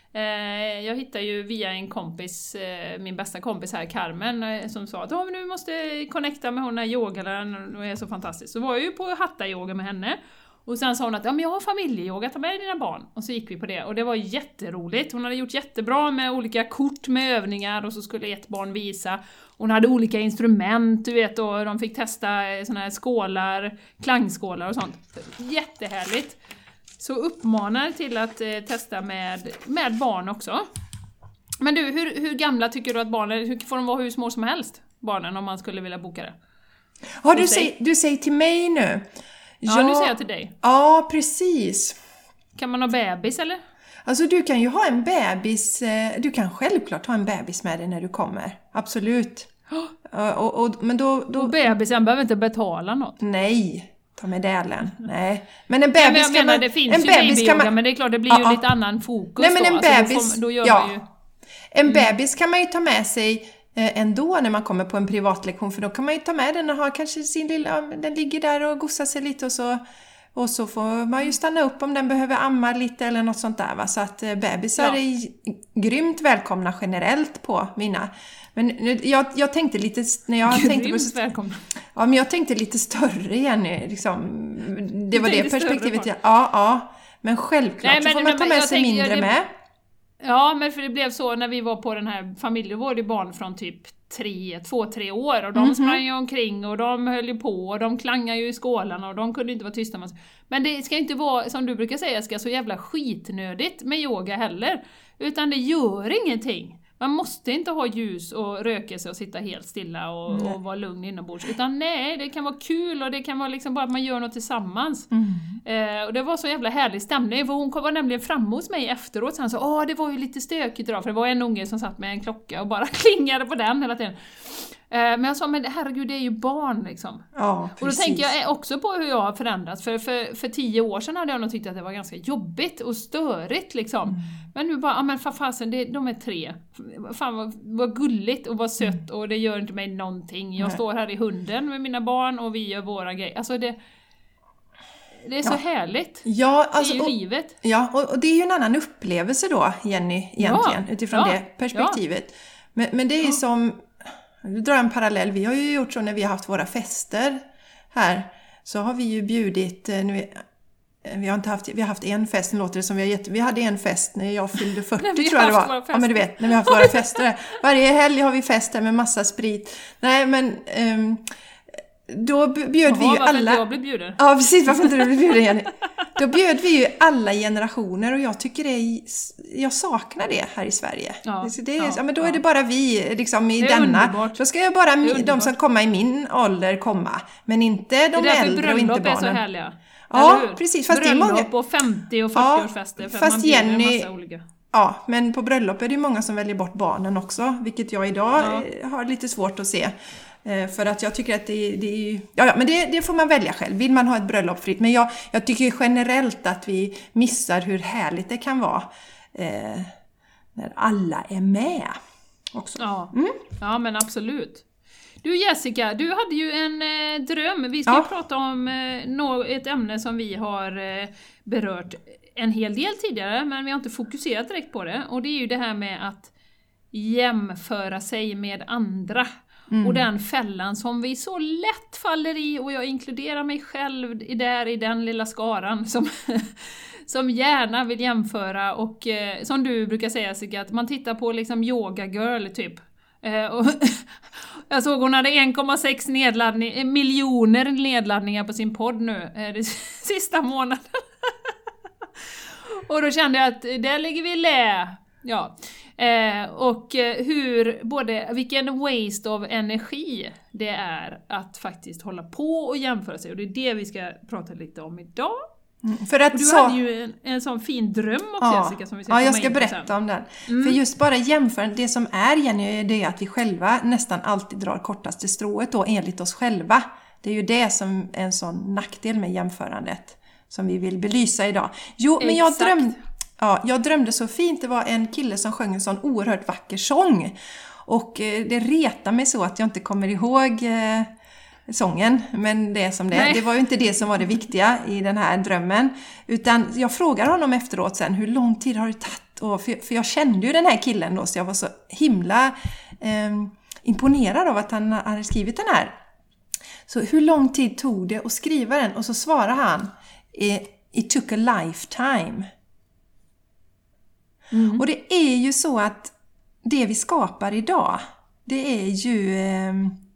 Jag hittade ju via en kompis, min bästa kompis här, Carmen, som sa att oh, nu måste connecta med hon här yogaläraren, och är så fantastiskt. Så var jag ju på hatta-yoga med henne. Och sen sa hon att ja, men jag har familjeyoga, ta med dina barn. Och så gick vi på det, och det var jätteroligt. Hon hade gjort jättebra med olika kort med övningar, och så skulle ett barn visa. Hon hade olika instrument, du vet, och de fick testa såna här skålar, klangskålar och sånt. Jättehärligt. Så uppmanar till att eh, testa med, med barn också. Men du, hur, hur gamla tycker du att barnen, hur, får de vara hur små som helst, barnen, om man skulle vilja boka det? Ja, du, säg, du säger till mig nu. Ja, ja, nu säger jag till dig. Ja, precis. Kan man ha bebis eller? Alltså du kan ju ha en bebis, du kan självklart ha en bebis med dig när du kommer. Absolut. Oh. Och, och, men då, då... och bebisen behöver inte betala något. Nej. Ta med dälen. Nej. Men en bebis Nej, men jag kan menar, man, det finns en ju bebis kan man, men det är klart det blir ju ja, lite annan fokus. Nej, men en då, bebis, alltså, då, får, då gör ja. man ju... En bebis kan man ju ta med sig eh, ändå när man kommer på en privatlektion, för då kan man ju ta med den och ha kanske sin lilla, den ligger där och gossar sig lite, och så och så får man ju stanna upp om den behöver amma lite eller något sånt där, va? Så att eh, bebisar ja. är grymt välkomna generellt på mina. Men nu, jag, jag tänkte lite när jag Grymt tänkte på, välkomna. Ja, men jag tänkte lite större igen liksom. Det var det perspektivet. Större, ja, ja, men självklart. Nej, men, så får man ta med sig tänkte, mindre det, med. Ja, men för det blev så när vi var på den här familjevård i barn från typ tre, två, tre år, och de mm-hmm. sprang ju omkring och de höll ju på och de klangar ju i skålarna och de kunde inte vara tysta. Men det ska inte vara, som du brukar säga, ska så jävla skitnödigt med yoga heller, utan det gör ingenting. Man måste inte ha ljus och rökelse och sitta helt stilla och, och vara lugn inombords. Utan nej, det kan vara kul och det kan vara liksom bara att man gör något tillsammans. Mm. Eh, och det var så jävla härlig stämning. För hon var nämligen framme hos mig efteråt. Så han sa, åh det var ju lite stökigt idag. För det var en unge som satt med en klocka och bara klingade på den hela tiden. Eh, men jag sa, men herregud, det är ju barn liksom. Ja, och då tänker jag också på hur jag har förändrats. För, för, för tio år sedan hade jag nog tyckt att det var ganska jobbigt och störigt liksom. Mm. Men nu bara, ja men för fasen, det, de är tre. Fan vad, vad gulligt och vad sött, och det gör inte mig någonting. Jag Nej. står här i hunden med mina barn och vi gör våra grejer. Alltså det, det är så ja. härligt. Ja, alltså, det är ju och, livet. Ja, och, och det är ju en annan upplevelse då, Jenny, egentligen, ja. utifrån ja. det perspektivet. Ja. Men, men det är ju ja. som, nu drar jag en parallell, vi har ju gjort så när vi har haft våra fester här, så har vi ju bjudit, nu Vi har inte haft, vi har haft en fest, nu låter det som vi har gett, vi hade en fest när jag fyllde fyrtio tror jag det var. Ja, men du vet, när vi har haft våra fester. Varje helg har vi fester med massa sprit. Nej, men um, då bjöd Aha, vi ju alla... Varför jag blev bjuden? Ja, precis, varför inte du blev bjuden, Jenny? Då bjöd vi ju alla generationer, och jag tycker det är, jag saknar det här i Sverige. Ja, det är, ja, ja, men då är det bara vi liksom i denna. Underbart. Då ska jag bara de som kommer i min ålder komma, men inte de äldre och inte barnen. Det är så härliga. Ja, precis. Fast bröllop det är många... och femtio och fyrtio-årsfester. Ja, för fast man Jenny... en massa olika. Ja, men på bröllop är det ju många som väljer bort barnen också. Vilket jag idag ja. har lite svårt att se. För att jag tycker att det, det är... Ja, ja men det, det får man välja själv. Vill man ha ett bröllop fritt? Men jag, jag tycker generellt att vi missar hur härligt det kan vara. Eh, när alla är med också. Ja, mm. ja men absolut. Du Jessica, du hade ju en eh, dröm. Vi ska ja. prata om eh, no- ett ämne som vi har eh, berört en hel del tidigare, men vi har inte fokuserat direkt på det. Och det är ju det här med att jämföra sig med andra. Mm. Och den fällan som vi så lätt faller i, och jag inkluderar mig själv i, där, i den lilla skaran som, som gärna vill jämföra. Och eh, som du brukar säga, Jessica, att man tittar på liksom yoga girl typ. Eh, och jag såg hon hade en komma sex nedladdning, miljoner nedladdningar på sin podd nu eh, det sista månaden. Och då kände jag att där ligger vi lä. Ja. Eh, och hur, både, vilken waste of energi det är att faktiskt hålla på och jämföra sig. Och det är det vi ska prata lite om idag. Mm, för att och du så... hade ju en, en sån fin dröm också, ja, Jessica, som vi ska ja, komma jag ska in på berätta sen. om den. Mm. För just bara jämföra, det som är, Jenny, det är att vi själva nästan alltid drar kortaste strået då, enligt oss själva. Det är ju det som är en sån nackdel med jämförandet som vi vill belysa idag. Jo, men jag drömde, ja, jag drömde så fint. Det var en kille som sjöng en sån oerhört vacker sång. Och eh, det retar mig så att jag inte kommer ihåg eh, sången. Men det är som det är. Det var ju inte det som var det viktiga i den här drömmen. Utan jag frågar honom efteråt sen, hur lång tid har det tagit? Och för, för jag kände ju den här killen då, så jag var så himla eh, imponerad av att han hade skrivit den här. Så hur lång tid tog det att skriva den? Och så svarar han, it took a lifetime. Mm. Och det är ju så att det vi skapar idag, det är ju eh,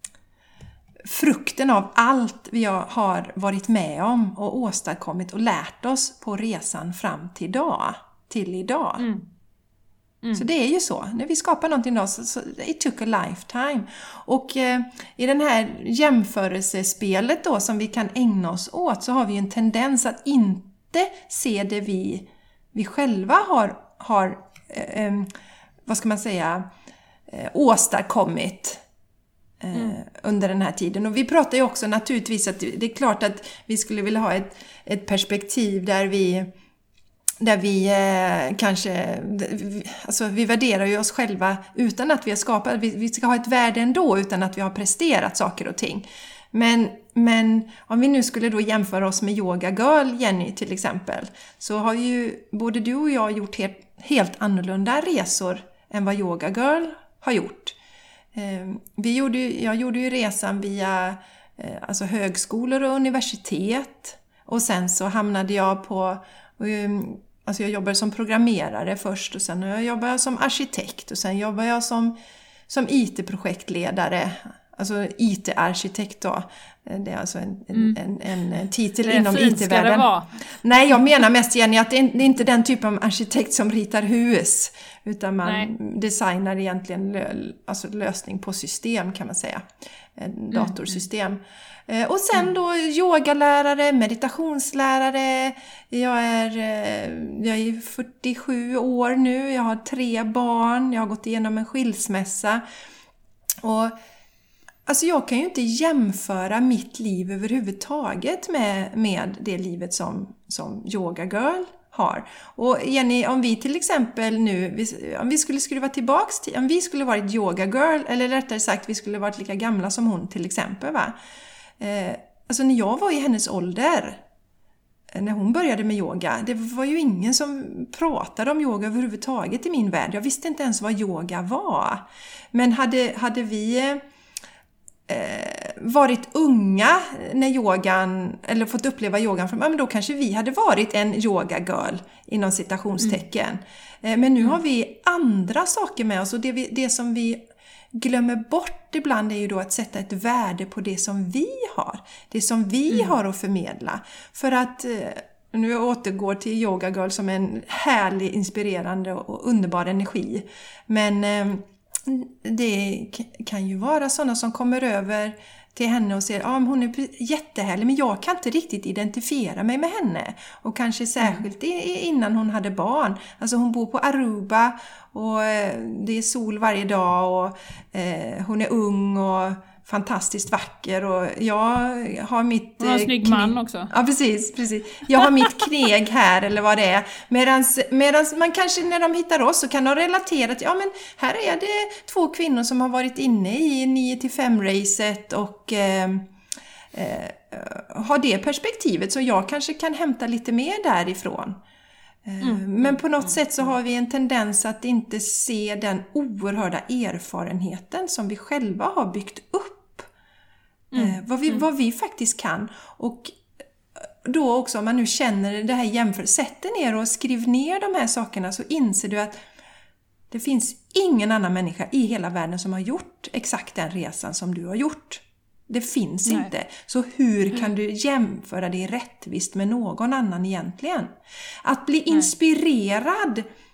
frukten av allt vi har varit med om och åstadkommit och lärt oss på resan fram till idag. Till idag. Mm. Mm. Så det är ju så. När vi skapar någonting då, så, så it took a lifetime. Och eh, i den här jämförelsespelet då som vi kan ägna oss åt, så har vi en tendens att inte se det vi, vi själva har, har eh, eh, vad ska man säga, eh, åstadkommit eh, mm. under den här tiden. Och vi pratar ju också naturligtvis att det är klart att vi skulle vilja ha ett, ett perspektiv där vi Där vi eh, kanske, alltså vi värderar ju oss själva utan att vi har skapat, vi, vi ska ha ett värde ändå utan att vi har presterat saker och ting. Men, men om vi nu skulle då jämföra oss med Yoga Girl, Jenny till exempel, så har ju både du och jag gjort helt, helt annorlunda resor än vad Yoga Girl har gjort. Eh, vi gjorde, jag gjorde ju resan via eh, alltså högskolor och universitet, och sen så hamnade jag på Alltså jag jobbade som programmerare först, och sen jobbade jag som arkitekt, och sen jobbade jag som, som I T-projektledare, alltså I T-arkitekt då. Det är alltså en, mm. en, en, en titel inom I T-världen. Nej, jag menar mest, Jenny, att det är, det är inte den typen av arkitekt som ritar hus, utan man Nej. designar egentligen lö, alltså lösning på system, kan man säga. En datorsystem. Mm. Och sen då yogalärare, meditationslärare. Jag är, jag är fyrtiosju år nu, jag har tre barn, jag har gått igenom en skilsmässa. Och alltså jag kan ju inte jämföra mitt liv överhuvudtaget med, med det livet som, som Yoga Girl har. Och Jenny, om vi till exempel nu, om vi skulle skruva tillbaks till, om vi skulle varit Yoga Girl, eller rättare sagt vi skulle varit lika gamla som hon till exempel, va? Eh, alltså när jag var i hennes ålder, när hon började med yoga, det var ju ingen som pratade om yoga överhuvudtaget i min värld. Jag visste inte ens vad yoga var. Men hade, hade vi eh, varit unga när yogan, eller fått uppleva yogan, från, ja, men då kanske vi hade varit en yoga girl inom citationstecken. Mm. Eh, men nu mm. har vi andra saker med oss, och det, vi, det som vi glömmer bort ibland är ju då att sätta ett värde på det som vi har. Det som vi mm. har att förmedla. För att, nu jag återgår till Yoga Girl som en härlig, inspirerande och underbar energi. Men det kan ju vara sådana som kommer över till henne och säger, ja, men hon är jättehärlig, men jag kan inte riktigt identifiera mig med henne. Och kanske särskilt mm. innan hon hade barn. Alltså hon bor på Aruba och det är sol varje dag, och eh, hon är ung och fantastiskt vacker, och jag har mitt... Hon har en snygg man också. Ja, precis, precis. Jag har mitt kneg här, eller vad det är. Medans, medans man kanske, när de hittar oss, så kan de relatera till, ja men här är det två kvinnor som har varit inne i nio till fem-racet och eh, eh, har det perspektivet, så jag kanske kan hämta lite mer därifrån. Mm. Men på något mm. sätt så har vi en tendens att inte se den oerhörda erfarenheten som vi själva har byggt upp. Mm. Eh, vad, vi, mm. vad vi faktiskt kan. Och då också, om man nu känner det här jämför, sätt dig ner och skriv ner de här sakerna, så inser du att det finns ingen annan människa i hela världen som har gjort exakt den resan som du har gjort. Det finns Nej. inte. Så hur kan du jämföra det rättvist med någon annan egentligen? Att bli inspirerad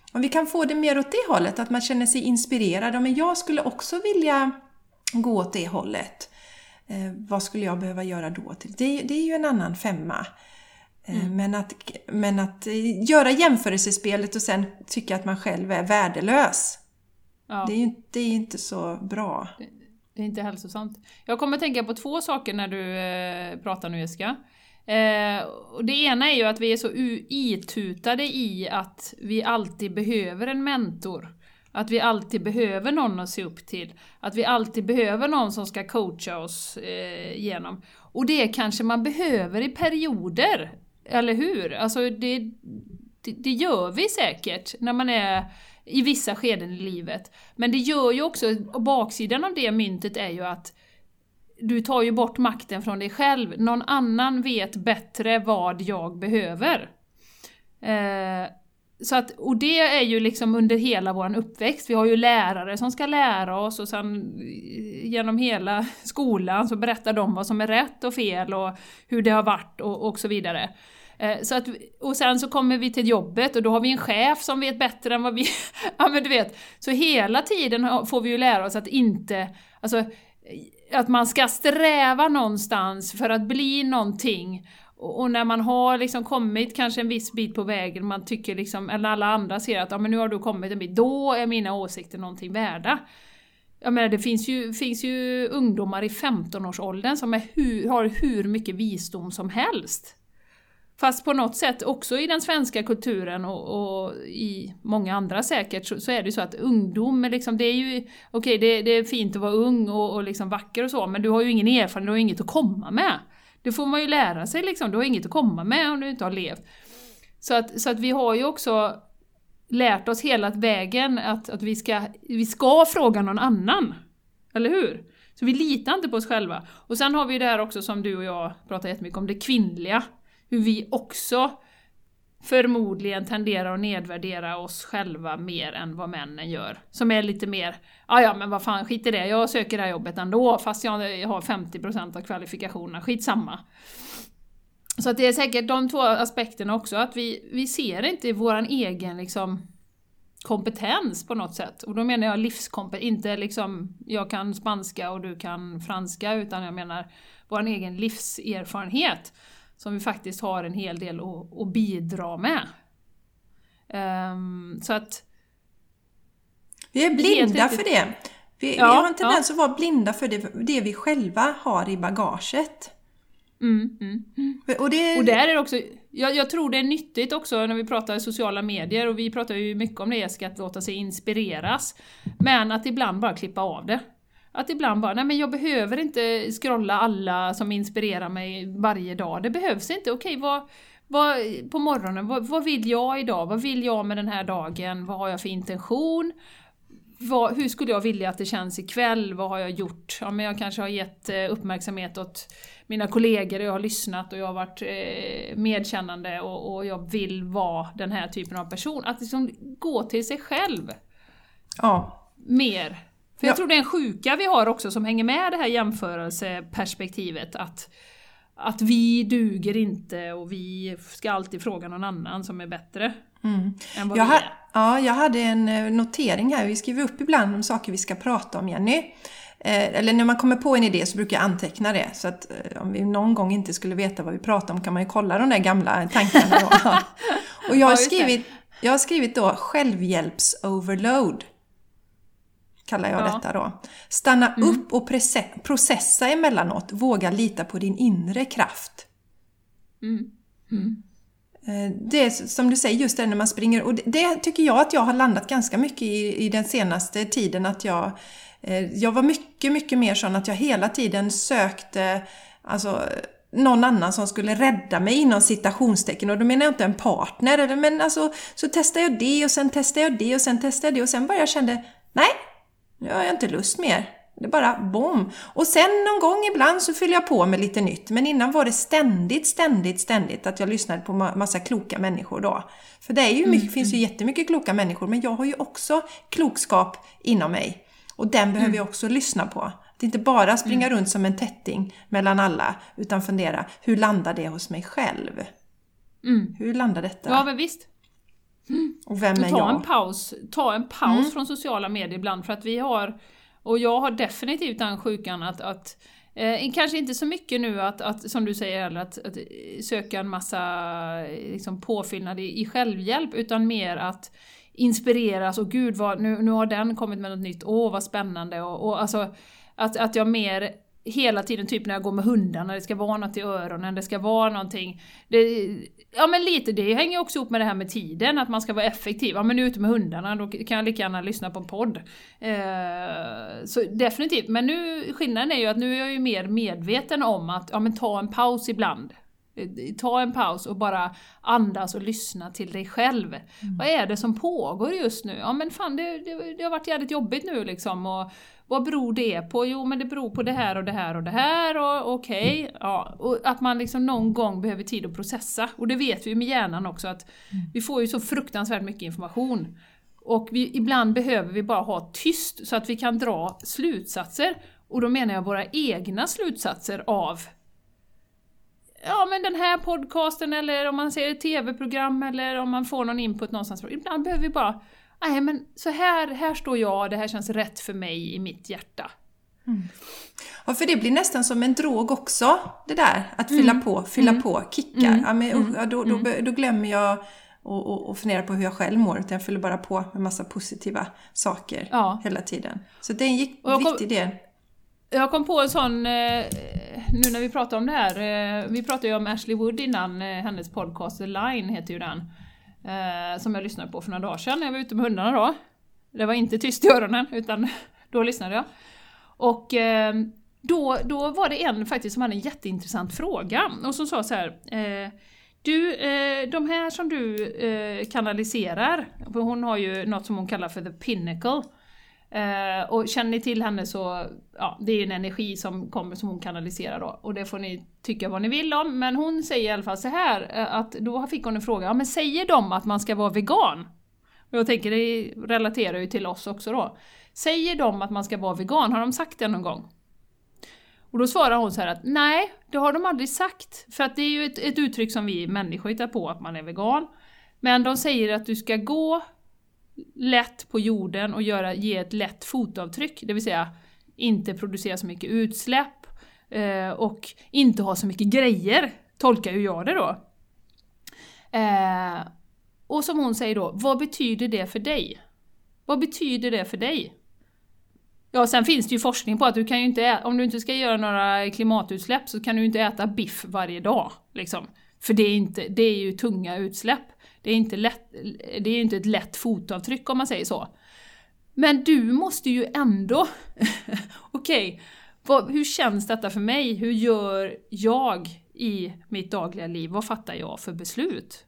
om vi kan få det mer åt det hållet, att man känner sig inspirerad. Men jag skulle också vilja gå åt det hållet. Eh, vad skulle jag behöva göra då? Till? Det, det är ju en annan femma. Eh, mm. men, att, men att göra jämförelsespelet och sen tycka att man själv är värdelös. Ja. Det är ju det är inte så bra. Det, det är inte hälsosamt. Jag kommer att tänka på två saker när du eh, pratar nu, Jessica. Eh, och det ena är ju att vi är så itutade i att vi alltid behöver en mentor. Att vi alltid behöver någon att se upp till. Att vi alltid behöver någon som ska coacha oss eh, igenom. Och det kanske man behöver i perioder. Eller hur? Alltså det, det, det gör vi säkert när man är i vissa skeden i livet. Men det gör ju också, och baksidan av det myntet är ju att du tar ju bort makten från dig själv. Någon annan vet bättre vad jag behöver. Eh, så att, och det är ju liksom under hela vår uppväxt. Vi har ju lärare som ska lära oss och sen genom hela skolan så berättar de vad som är rätt och fel och hur det har varit och, och så vidare. Eh, så att, och sen så kommer vi till jobbet och då har vi en chef som vet bättre än vad vi... ja men du vet, så hela tiden får vi ju lära oss att inte... Alltså, att man ska sträva någonstans för att bli någonting. Och, och när man har liksom kommit kanske en viss bit på vägen, man tycker liksom, eller alla andra ser att ja, men nu har du kommit en bit, då är mina åsikter någonting värda. Jag menar, det finns ju, finns ju ungdomar i femton-årsåldern som är hu, har hur mycket visdom som helst. Fast på något sätt också i den svenska kulturen och, och i många andra säkert så, så är det ju så att ungdom, liksom, det är ju okej, okay, det, det är fint att vara ung och, och liksom vacker och så, men du har ju ingen erfarenhet, du har inget att komma med. Det får man ju lära sig liksom, du har inget att komma med om du inte har levt. Så att, så att vi har ju också lärt oss hela vägen att, att vi, ska, vi ska fråga någon annan, eller hur? Så vi litar inte på oss själva. Och sen har vi det här också som du och jag pratar jättemycket om, det kvinnliga. Hur vi också förmodligen tenderar att nedvärdera oss själva mer än vad männen gör. Som är lite mer, ja ja men vad fan, skit i det, jag söker det här jobbet ändå fast jag har femtio procent av kvalifikationerna, skitsamma. Så att det är säkert de två aspekterna också, att vi, vi ser inte våran egen liksom kompetens på något sätt. Och då menar jag livskompetens, inte liksom jag kan spanska och du kan franska, utan jag menar våran egen livserfarenhet. Som vi faktiskt har en hel del att, att bidra med. Um, så att... Vi är blinda för det. Vi, ja, vi har en tendens ja. att vara blinda för det, det vi själva har i bagaget. Mm, mm, mm. Och, det... och där är det också... Jag, jag tror det är nyttigt också när vi pratar sociala medier. Och vi pratar ju mycket om det, Jessica, att låta sig inspireras. Men att ibland bara klippa av det. Att ibland bara, nej men jag behöver inte scrolla alla som inspirerar mig varje dag. Det behövs inte. Okej, vad, vad, på morgonen, vad, vad vill jag idag? Vad vill jag med den här dagen? Vad har jag för intention? Vad, hur skulle jag vilja att det känns ikväll? Vad har jag gjort? Ja, men jag kanske har gett uppmärksamhet åt mina kollegor. Jag har lyssnat och jag har varit medkännande och, och jag vill vara den här typen av person. Att liksom gå till sig själv. Ja. Mer. För ja. jag tror det är en sjuka vi har också som hänger med det här jämförelseperspektivet. Att, att vi duger inte och vi ska alltid fråga någon annan som är bättre mm. än vad jag vi ha, är. Ja, jag hade en notering här. Vi skriver upp ibland om saker vi ska prata om, Jenny. Eh, eller när man kommer på en idé så brukar jag anteckna det. Så att eh, om vi någon gång inte skulle veta vad vi pratar om kan man ju kolla de där gamla tankarna. Då. Och jag har, skrivit, jag har skrivit då självhjälps-overload. Kallar jag ja. detta då. Stanna mm. upp och processa emellanåt. Våga lita på din inre kraft. Mm. Mm. Det är som du säger, just det när man springer. Och det, det tycker jag att jag har landat ganska mycket i, i den senaste tiden. Att jag, jag var mycket, mycket mer sån att jag hela tiden sökte alltså, någon annan som skulle rädda mig inom citationstecken. Och då menar jag inte en partner. Eller, men alltså, så testade jag det och sen testade jag det och sen testade jag det. Och sen bara jag kände, nej. Nu har jag inte lust mer. Det är bara bom. Och sen någon gång ibland så fyller jag på med lite nytt. Men innan var det ständigt, ständigt, ständigt att jag lyssnade på massa kloka människor då. För det är ju mycket, mm. finns ju jättemycket kloka människor. Men jag har ju också klokskap inom mig. Och den behöver mm. jag också lyssna på. Att inte bara springa mm. runt som en tätting mellan alla. Utan fundera, hur landar det hos mig själv? Mm. Hur landar detta? Ja, men visst. Mm. Och vem och är ta jag? En paus, ta en paus Mm. från sociala medier ibland, för att vi har, och jag har definitivt den sjukan att, att eh, kanske inte så mycket nu att, att som du säger, eller att, att söka en massa liksom, påfyllnad i, i självhjälp, utan mer att inspireras, och gud vad, nu, nu har den kommit med något nytt, åh vad spännande, och, och alltså att, att jag mer hela tiden, typ när jag går med hundarna, det ska vara något i öronen, det ska vara någonting, det, ja men lite, det hänger också ihop med det här med tiden, att man ska vara effektiv, ja men ute med hundarna, då kan jag lika gärna lyssna på en podd, eh, så definitivt, men nu, skillnaden är ju att nu är jag ju mer medveten om att, ja men ta en paus ibland, ta en paus och bara andas och lyssna till dig själv. Mm. Vad är det som pågår just nu? Ja men fan, det, det, det har varit jävligt jobbigt nu liksom, och vad beror det på? Jo men det beror på det här och det här och det här, och okej, okay, ja, och att man liksom någon gång behöver tid att processa, och det vet vi med hjärnan också, att mm. vi får ju så fruktansvärt mycket information, och vi, ibland behöver vi bara ha tyst så att vi kan dra slutsatser, och då menar jag våra egna slutsatser av ja men den här podcasten, eller om man ser ett tv-program, eller om man får någon input någonstans. Ibland behöver vi bara, nej men så här, här står jag, det här känns rätt för mig i mitt hjärta. Mm. Ja, för det blir nästan som en drog också, det där, att fylla mm. på, fylla mm. på, kickar. Mm. Ja, men, och, då, då, då, då glömmer jag och, och, och fundera på hur jag själv mår, utan jag fyller bara på med massa positiva saker ja. hela tiden. Så det är en gick, viktig del. Jag kom på en sån, eh, nu när vi pratar om det här, eh, vi pratade ju om Ashley Wood innan, eh, hennes podcast The Line heter ju den, eh, som jag lyssnade på för några dagar sedan när jag var ute med hundarna då. Det var inte tyst i öronen, utan då lyssnade jag. Och eh, då, då var det en faktiskt som hade en jätteintressant fråga, och som sa så här, eh, du, eh, de här som du eh, kanaliserar, för hon har ju något som hon kallar för the pinnacle. Uh, och känner ni till henne så, ja, det är ju en energi som kommer som hon kanaliserar då, och det får ni tycka vad ni vill om, men hon säger i alla fall så här, uh, att då fick hon en fråga, ja men säger de att man ska vara vegan? Och jag tänker det relaterar ju till oss också då. Säger de att man ska vara vegan? Har de sagt det någon gång? Och då svarar hon så här att nej, det har de aldrig sagt, för att det är ju ett, ett uttryck som vi människor hittar på, att man är vegan, men de säger att du ska gå lätt på jorden och göra, ge ett lätt fotavtryck, det vill säga inte producera så mycket utsläpp eh, och inte ha så mycket grejer, tolkar ju jag det då. Eh, och som hon säger då, vad betyder det för dig? Vad betyder det för dig? Ja, sen finns det ju forskning på att du kan ju inte äta, om du inte ska göra några klimatutsläpp så kan du inte äta biff varje dag liksom. För det är inte, det är ju tunga utsläpp. Det är inte lätt, det är inte ett lätt fotavtryck om man säger så. Men du måste ju ändå okej, okay, hur känns detta för mig? Hur gör jag i mitt dagliga liv? Vad fattar jag för beslut?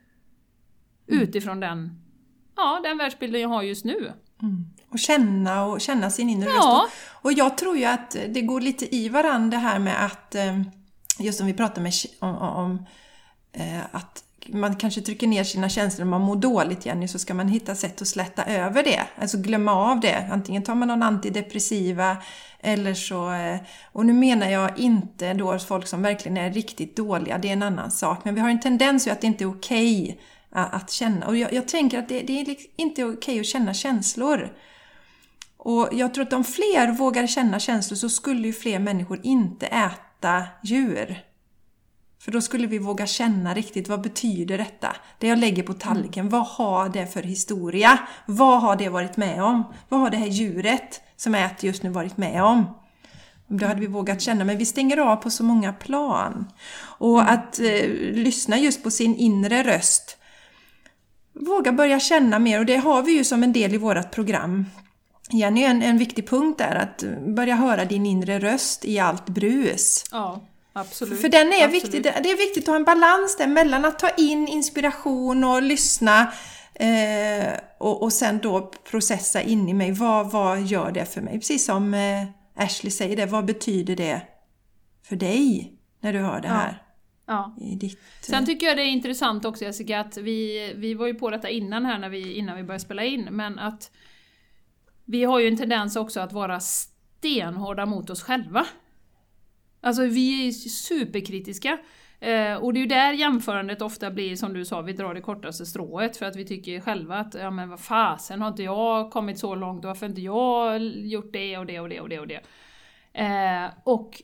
Mm. Utifrån den, ja, den världsbilden jag har just nu. Mm. Och känna och känna sin inre ja. röst. Och jag tror ju att det går lite i varandra det här med att, just som vi pratar med om, om att man kanske trycker ner sina känslor om man mår dåligt, Jenny, så ska man hitta sätt att släta över det. Alltså glömma av det. Antingen tar man någon antidepressiva eller så... Och nu menar jag inte då folk som verkligen är riktigt dåliga, det är en annan sak. Men vi har en tendens ju att det inte är okej att känna. Och jag, jag tänker att det, det är inte okej att känna känslor. Och jag tror att om fler vågar känna känslor så skulle ju fler människor inte äta djur. För då skulle vi våga känna riktigt, vad betyder detta? Det jag lägger på tallriken, vad har det för historia? Vad har det varit med om? Vad har det här djuret som jag äter just nu varit med om? Då hade vi vågat känna, men vi stänger av på så många plan. Och mm. att eh, lyssna just på sin inre röst. Våga börja känna mer, och det har vi ju som en del i vårt program. Jenny, en, en viktig punkt är att börja höra din inre röst i allt brus. Ja. Absolut. För den är Absolut. viktig. Det är viktigt att ha en balans där mellan att ta in inspiration och lyssna eh, och, och sen då processa in i mig. Vad, vad gör det för mig? Precis som eh, Ashley säger det. Vad betyder det för dig när du hör det här? Ja. I ditt, sen tycker jag det är intressant också, Jessica, att vi, vi var ju på detta innan här när vi, innan vi började spela in, men att vi har ju en tendens också att vara stenhårda mot oss själva. Alltså vi är superkritiska. Eh, och det är ju där jämförandet ofta blir, som du sa, vi drar det kortaste strået för att vi tycker själva att ja men vad fasen, har inte jag kommit så långt, varför inte jag gjort det och det och det och det och det. Eh, och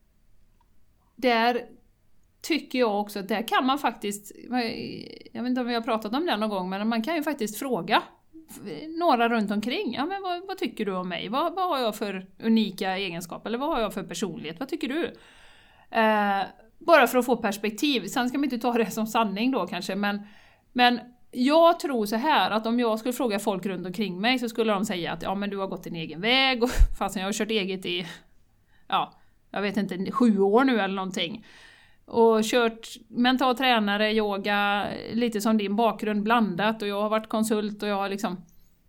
där tycker jag också att där kan man faktiskt, jag vet inte om vi har pratat om det någon gång, men man kan ju faktiskt fråga några runt omkring, ja men vad, vad tycker du om mig? Vad, vad har jag för unika egenskaper? Eller vad har jag för personlighet? Vad tycker du? Eh, bara för att få perspektiv. Sen ska man inte ta det som sanning då kanske, men, men jag tror så här att om jag skulle fråga folk runt omkring mig så skulle de säga att ja men du har gått din egen väg och fastän jag har kört eget i ja, jag vet inte, sju år nu eller någonting. Och kört mental tränare, yoga, lite som din bakgrund blandat, och jag har varit konsult och jag har liksom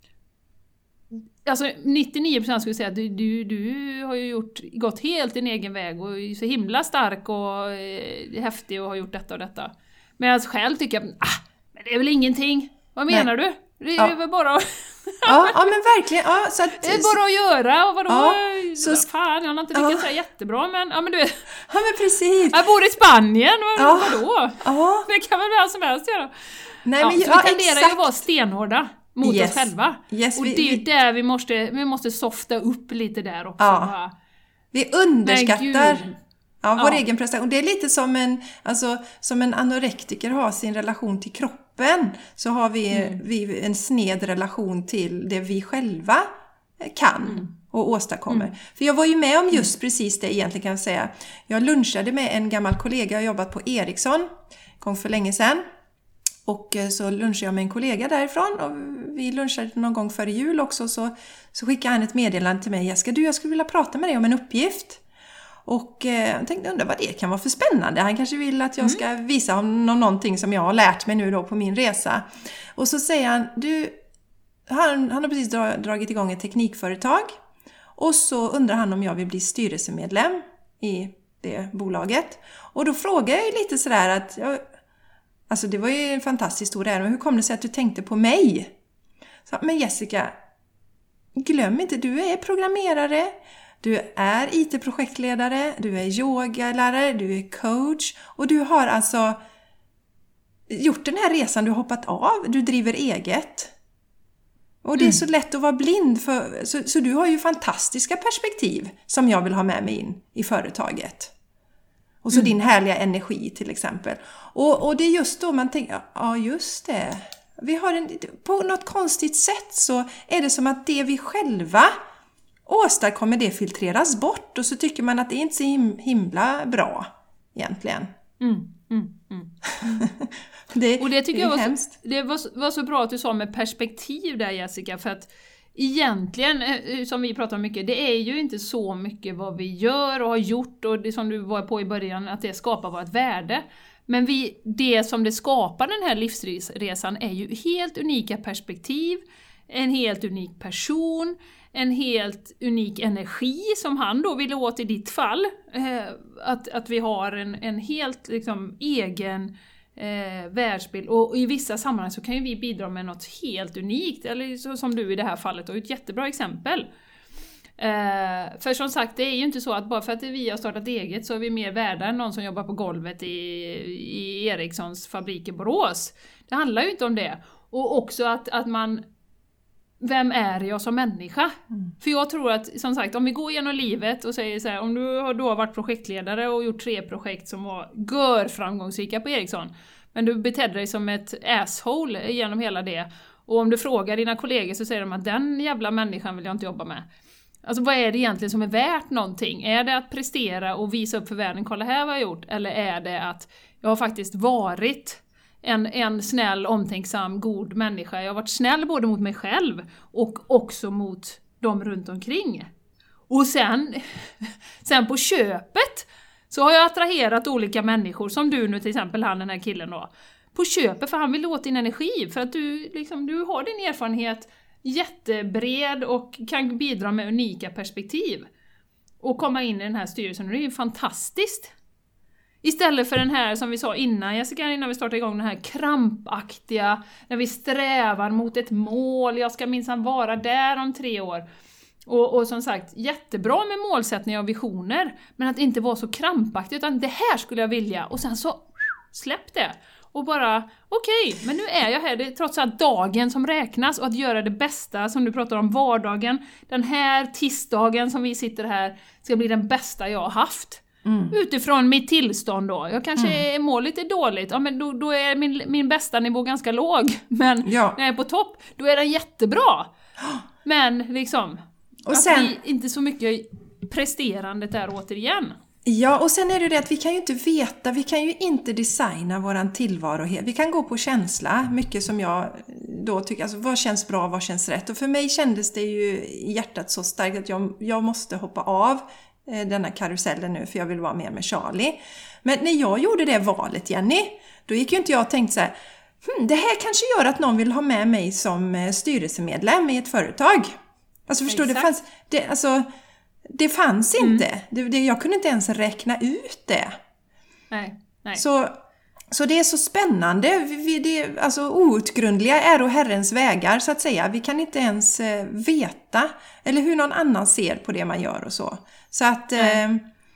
alltså nittionio procent skulle säga att du, du, du har ju gjort, gått helt din egen väg och är så himla stark och eh, häftig och har gjort detta och detta. Men jag själv tycker att ah, men det är väl ingenting. Vad menar Nej. du? Det är ja. väl bara ja, ja, men verkligen. Ja, så att, det är bara att göra. Och vadå? Ja, så, fan, jag har inte lyckats ja. jättebra, men ja, men du ja, men precis. Jag bor i Spanien, och ja. vadå? Ja. Det kan väl vem som helst göra. Nej, ja, men, så ja, vi tenderar exakt. ju att vara stenhårda mot yes. oss själva. Yes, och vi, det är ju vi, där vi måste, vi måste softa upp lite där också. Ja. Vi underskattar ja, vår ja. egen prestation. Det är lite som en, alltså, som en anorektiker har sin relation till kroppen. Så har vi, mm. vi en sned relation till det vi själva kan mm. och åstadkommer. Mm. För jag var ju med om just precis det egentligen, kan jag säga. Jag lunchade med en gammal kollega, jag har jobbat på Ericsson, kom för länge sedan. Och så lunchade jag med en kollega därifrån, och vi lunchade någon gång före jul också, så, så skickade han ett meddelande till mig. Jessica, du, jag skulle vilja prata med dig om en uppgift. Och eh, jag tänkte, undra vad det kan vara för spännande. Han kanske vill att jag ska visa honom någonting som jag har lärt mig nu då på min resa. Och så säger han, du, han, han har precis dra, dragit igång ett teknikföretag. Och så undrar han om jag vill bli styrelsemedlem i det bolaget. Och då frågar jag lite sådär att, jag, alltså det var ju en fantastisk stor ära, men hur kom det sig att du tänkte på mig? Så, men Jessica, glöm inte, du är programmerare. Du är I T-projektledare, du är yogalärare, du är coach, och du har alltså gjort den här resan, du har hoppat av, du driver eget. Och det är mm. så lätt att vara blind, för, så, så du har ju fantastiska perspektiv som jag vill ha med mig in i företaget. Och så mm. din härliga energi till exempel. Och, och det är just då man tänker, ja just det, vi har en, på något konstigt sätt så är det som att det vi själva åstadkommer, det filtreras bort, och så tycker man att det är inte så him- himla bra egentligen. Mm, mm, mm. det, och det tycker det jag var hemskt. så, det var, var så bra att du sa med perspektiv där, Jessica, för att egentligen, som vi pratar om mycket, det är ju inte så mycket vad vi gör och har gjort, och det som du var på i början, att det skapar vårt värde. Men vi, det som det skapar den här livsresan är ju helt unika perspektiv, en helt unik person, en helt unik energi som han då vill åt i ditt fall. Eh, att, att vi har en, en helt liksom, egen eh, världsbild. Och, och i vissa sammanhang så kan ju vi bidra med något helt unikt. Eller så, som du i det här fallet, och ett jättebra exempel. Eh, för som sagt, det är ju inte så att bara för att vi har startat eget så är vi mer värda än någon som jobbar på golvet i, i Ericssons fabrik i Borås. Det handlar ju inte om det. Och också att, att man... Vem är jag som människa? Mm. För jag tror att, som sagt, om vi går igenom livet och säger så här, om du har då varit projektledare och gjort tre projekt som var görframgångsrika på Ericsson, men du betedde dig som ett asshole genom hela det, och om du frågar dina kollegor så säger de att den jävla människan vill jag inte jobba med. Alltså vad är det egentligen som är värt någonting? Är det att prestera och visa upp för världen, kolla här vad jag har gjort? Eller är det att jag har faktiskt varit En, en snäll, omtänksam, god människa. Jag har varit snäll både mot mig själv och också mot dem runt omkring. Och sen, sen på köpet så har jag attraherat olika människor, som du nu till exempel, han den här killen då. På köpet, för han vill åt din energi, för att du, liksom, du har din erfarenhet jättebred och kan bidra med unika perspektiv. Och komma in i den här styrelsen, det är ju fantastiskt. Istället för den här, som vi sa innan, Jessica, innan vi startade igång, den här krampaktiga, när vi strävar mot ett mål, jag ska minsann vara där om tre år. Och, och som sagt, jättebra med målsättningar och visioner, men att inte vara så krampaktigt, utan det här skulle jag vilja, och sen så släpp det. Och bara, okej, okay, men nu är jag här, det är trots allt dagen som räknas, och att göra det bästa, som du pratar om, vardagen. Den här tisdagen som vi sitter här ska bli den bästa jag har haft. Mm. Utifrån mitt tillstånd då. Jag kanske mm. mår lite dåligt, ja, men då, då är min, min bästa nivå ganska låg. Men ja. när jag är på topp, då är den jättebra. Men liksom, och sen, att vi inte så mycket presterandet där återigen. Ja, och sen är det det att vi kan ju inte veta, vi kan ju inte designa våran tillvaro helt. Vi kan gå på känsla, mycket som jag då tycker, alltså vad känns bra, vad känns rätt. Och för mig kändes det ju i hjärtat så starkt att jag, jag måste hoppa av eh, denna karusellen nu, för jag vill vara mer med Charlie. Men när jag gjorde det valet, Jenny, då gick ju inte jag och tänkte så här, hm, det här kanske gör att någon vill ha med mig som eh, styrelsemedlem i ett företag. Alltså förstår du, det fanns, det, alltså... Det fanns inte. Mm. Det, det, jag kunde inte ens räkna ut det. Nej, nej. Så, så det är så spännande. Vi, vi, det, alltså outgrundliga är och Herrens vägar, så att säga. Vi kan inte ens eh, veta. Eller hur någon annan ser på det man gör och så. Så att... Eh,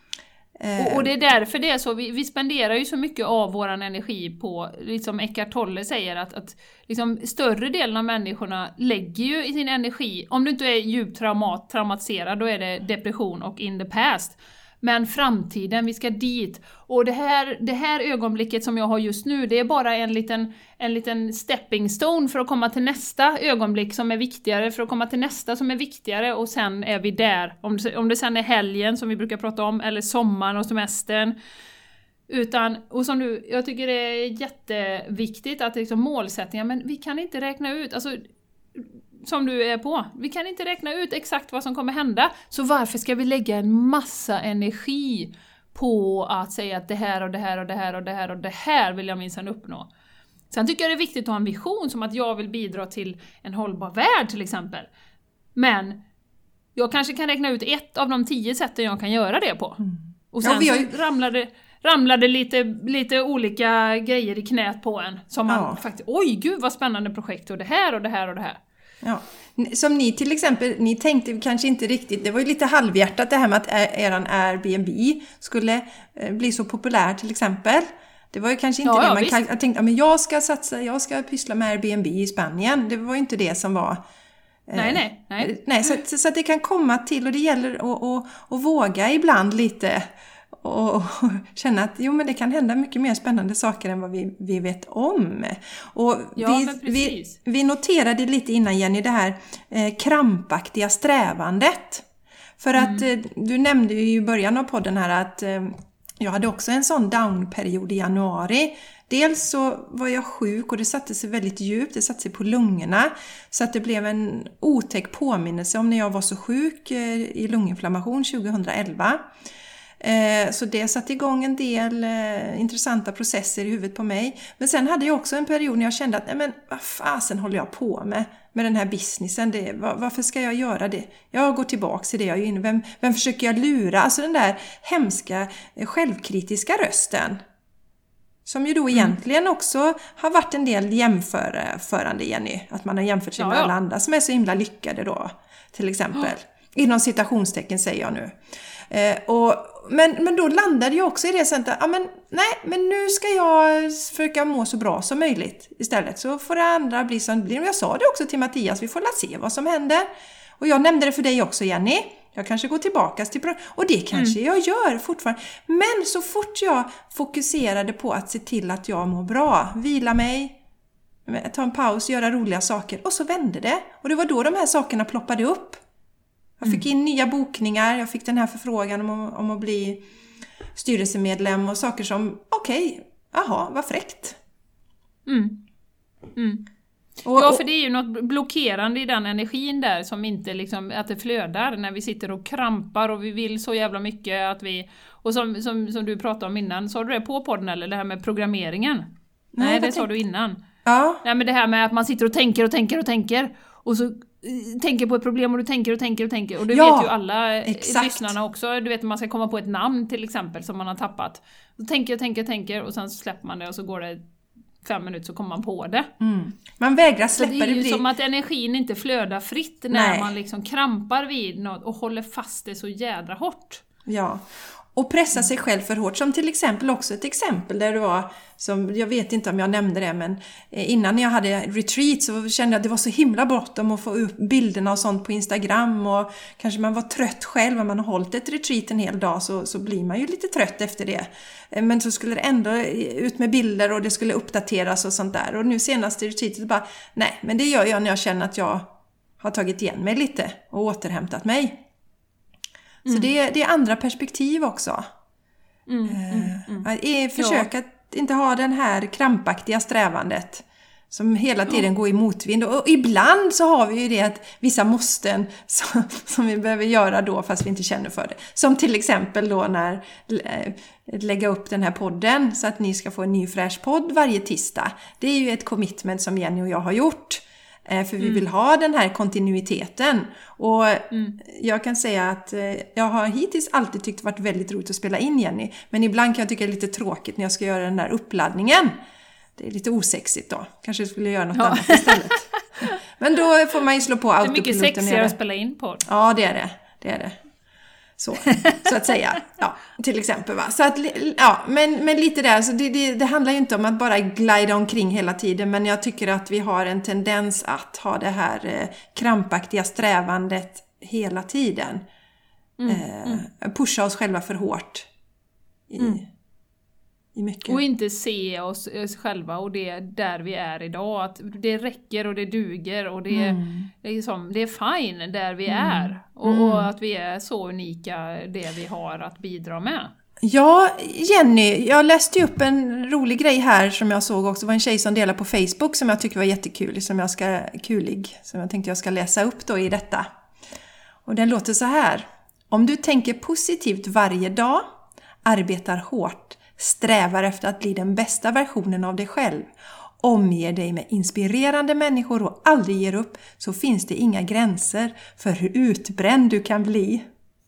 och, och det är därför det är så. Vi, vi spenderar ju så mycket av våran energi på, liksom Eckhart Tolle säger, att, att liksom större delen av människorna lägger ju i sin energi, om du inte är djupt traumat, traumatiserad, då är det depression och in the past. Men framtiden, vi ska dit. Och det här, det här ögonblicket som jag har just nu, det är bara en liten, en liten stepping stone för att komma till nästa ögonblick som är viktigare, för att komma till nästa som är viktigare, och sen är vi där. Om det, om det sen är helgen som vi brukar prata om, eller sommaren och semestern. Utan, och som du, jag tycker det är jätteviktigt att liksom målsättningar, men vi kan inte räkna ut, alltså som du är på, vi kan inte räkna ut exakt vad som kommer hända, så varför ska vi lägga en massa energi på att säga att det här och det här och det här och det här och det här vill jag minsann uppnå. Sen tycker jag det är viktigt att ha en vision, som att jag vill bidra till en hållbar värld till exempel, men jag kanske kan räkna ut ett av de tio sätten jag kan göra det på. Mm. Och sen ja, har... så ramlade ramlade lite, lite olika grejer i knät på en, som man ja. faktiskt, oj gud vad spännande projekt, och det här och det här och det här. Ja. Som ni till exempel, ni tänkte kanske inte riktigt, det var ju lite halvhjärtat det här med att eran Airbnb skulle bli så populär till exempel. Det var ju kanske inte ja, det ja, man kan, jag tänkte, men jag ska satsa, jag ska pyssla med Airbnb i Spanien. Det var ju inte det som var... Nej, nej, nej. nej så, så att det kan komma till, och det gäller att, att, att våga ibland lite... och, och känna att jo, men det kan hända mycket mer spännande saker än vad vi, vi vet om. Och ja, vi, vi, vi noterade lite innan, Jenny, det här eh, krampaktiga strävandet. För mm. att eh, du nämnde ju i början av podden här att eh, jag hade också en sån downperiod i januari. Dels så var jag sjuk och det satte sig väldigt djupt, det satte sig på lungorna. Så att det blev en otäck påminnelse om när jag var så sjuk eh, i lunginflammation tjugohundraelva. Så det satte igång en del eh, intressanta processer i huvudet på mig. Men sen hade jag också en period när jag kände att nej, men vad fasen håller jag på med med den här businessen? Det, var, varför ska jag göra det? Jag går tillbaka till det jag är inne. Vem, vem försöker jag lura? Alltså den där hemska eh, självkritiska rösten. Som ju då mm. egentligen också har varit en del jämförande, Jenny. Att man har jämfört sig ja, med ja. alla andra som är så himla lyckade då. Till exempel. Ja. Inom citationstecken säger jag nu. Eh, och, men, men då landade jag också i det sen att ja, men, nej, men nu ska jag försöka må så bra som möjligt istället. Så får det andra bli som det blir. Och jag sa det också till Mattias, vi får la se vad som händer. Och jag nämnde det för dig också, Jenny. Jag kanske går tillbaka till pro- och det kanske mm. jag gör fortfarande. Men så fort jag fokuserade på att se till att jag mår bra, vila mig, ta en paus, göra roliga saker, och så vände det. Och det var då de här sakerna ploppade upp. Jag fick in nya bokningar, jag fick den här förfrågan om, om att bli styrelsemedlem och saker som, okej, okay, jaha, vad fräckt. Mm. Mm. Och, ja, för det är ju något blockerande i den energin där som inte liksom, att det flödar när vi sitter och krampar och vi vill så jävla mycket att vi, och som, som, som du pratade om innan, sa du det på podden eller det här med programmeringen? Nej, Nej det sa du innan. Ja. Nej, men det här med att man sitter och tänker och tänker och tänker och så tänker på ett problem och du tänker och tänker och tänker och det ja, vet ju alla exakt. lyssnarna också, du vet att man ska komma på ett namn till exempel som man har tappat, så tänker och tänker och tänker och sen släpper man det och så går det fem minuter så kommer man på det. Mm. Man vägrar släppa det. Det är ju det som att energin inte flödar fritt när Nej. man liksom krampar vid något och håller fast det så jädra hårt. Ja, och pressa sig själv för hårt. Som till exempel också ett exempel där det var, som jag vet inte om jag nämnde det, men innan jag hade retreat så kände jag att det var så himla bråttom att få upp bilderna och sånt på Instagram, och kanske man var trött själv. Om man har hållit ett retreat en hel dag så, så blir man ju lite trött efter det. Men så skulle det ändå ut med bilder och det skulle uppdateras och sånt där. Och nu senaste retreatet bara, nej, men det gör jag när jag känner att jag har tagit igen mig lite och återhämtat mig. Mm. Så det, det är andra perspektiv också. Mm, mm, mm. Försök att inte ha den här krampaktiga strävandet som hela tiden ja. går i motvind. Och, och ibland så har vi ju det att vissa måsten som, som vi behöver göra då fast vi inte känner för det. Som till exempel då när äh, lägga upp den här podden så att ni ska få en ny fräsch podd varje tisdag. Det är ju ett commitment som Jenny och jag har gjort. För vi vill ha den här kontinuiteten. Och mm. jag kan säga att jag har hittills alltid tyckt det varit väldigt roligt att spela in Jenny. Men ibland kan jag tycka det är lite tråkigt när jag ska göra den där uppladdningen. Det är lite osexigt då. Kanske jag skulle göra något ja. annat istället. Men då får man ju slå på autopiloten. Det är mycket sexigare att spela in på. Ja, det är det. Det är det. Så, så att säga. Ja, till exempel. Va? Så att, ja, men, men lite där. Så det, det, det handlar ju inte om att bara glida omkring hela tiden. Men jag tycker att vi har en tendens att ha det här eh, krampaktiga strävandet hela tiden. Mm, eh, mm. Pusha oss själva för hårt. I, mm. i mycket. Och inte se oss, oss själva och det där vi är idag. Att det räcker och det duger och det, mm. det, är, liksom, det är fine där vi mm. är. Och, mm. och att vi är så unika det vi har att bidra med. Ja, Jenny, jag läste ju upp en rolig grej här som jag såg också. Det var en tjej som delade på Facebook som jag tycker var jättekul. Som jag ska, kulig, som jag tänkte jag ska läsa upp då i detta. Och den låter så här. Om du tänker positivt varje dag, arbetar hårt, strävar efter att bli den bästa versionen av dig själv, omger dig med inspirerande människor och aldrig ger upp, så finns det inga gränser för hur utbränd du kan bli.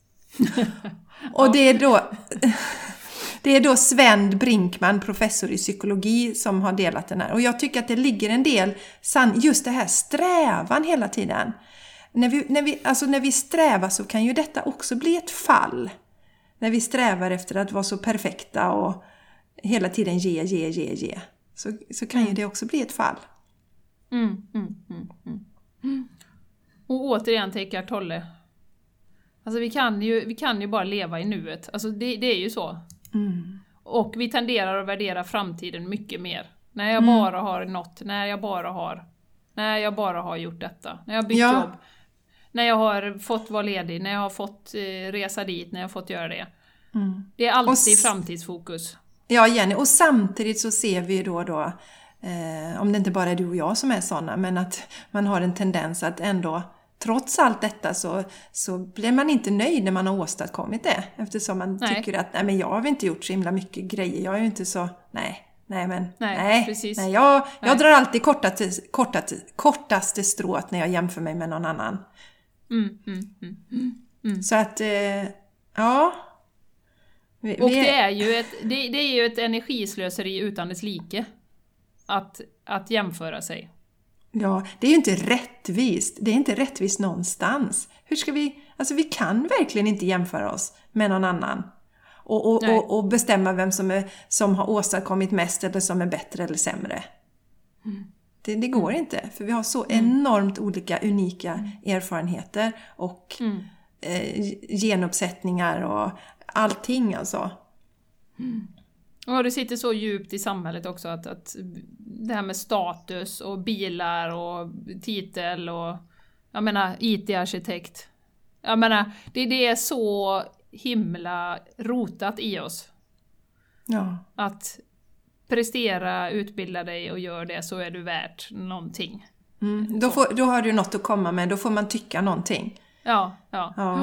Och det är då det är då Sven Brinkman, professor i psykologi, som har delat den här. Och jag tycker att det ligger en del sann, just det här strävan hela tiden. När vi, när vi, alltså när vi strävar så kan ju detta också bli ett fall. När vi strävar efter att vara så perfekta och hela tiden ge, ge, ge, ge. Så, så kan ju det också bli ett fall. Mm, mm, mm, mm. Och återigen till Eckart Tolle. Alltså vi kan ju, vi kan ju bara leva i nuet. Alltså det, det är ju så. Mm. Och vi tenderar att värdera framtiden mycket mer. När jag mm. bara har något, när jag bara har, när jag bara har gjort detta. När jag har bytt ja. jobb. När jag har fått vara ledig, när jag har fått eh, resa dit, när jag har fått göra det. Mm. Det är alltid s- framtidsfokus. Ja, Jenny. Och samtidigt så ser vi då, då eh, om det inte bara är du och jag som är sådana, men att man har en tendens att ändå, trots allt detta så, så blir man inte nöjd när man har åstadkommit det. Eftersom man nej. tycker att nej, men jag har inte gjort så himla mycket grejer. Jag är ju inte så, nej, nej men nej, nej, precis. nej jag, jag nej. drar alltid kortaste, kortaste, kortaste strået när jag jämför mig med någon annan. Mm, mm, mm, mm, mm. Så att, eh, ja. Vi, och det är, ju ett, det, det är ju ett energislöseri utan dess like. Att, att jämföra sig. Ja, det är ju inte rättvist. Det är inte rättvist någonstans. Hur ska vi, alltså vi kan verkligen inte jämföra oss med någon annan. Och, och, och, och bestämma vem som, är, som har åstadkommit mest eller som är bättre eller sämre. Mm. Det, det går mm. inte, för vi har så mm. enormt olika unika mm. erfarenheter och mm. eh, genuppsättningar och allting alltså. Mm. Och det sitter så djupt i samhället också att, att det här med status och bilar och titel och jag menar I T-arkitekt. Jag menar, det, det är så himla rotat i oss. Ja. Att prestera, utbilda dig och gör det så är du värt någonting. Mm. Då, får, då har du något att komma med, då får man tycka någonting. Ja, ja. ja.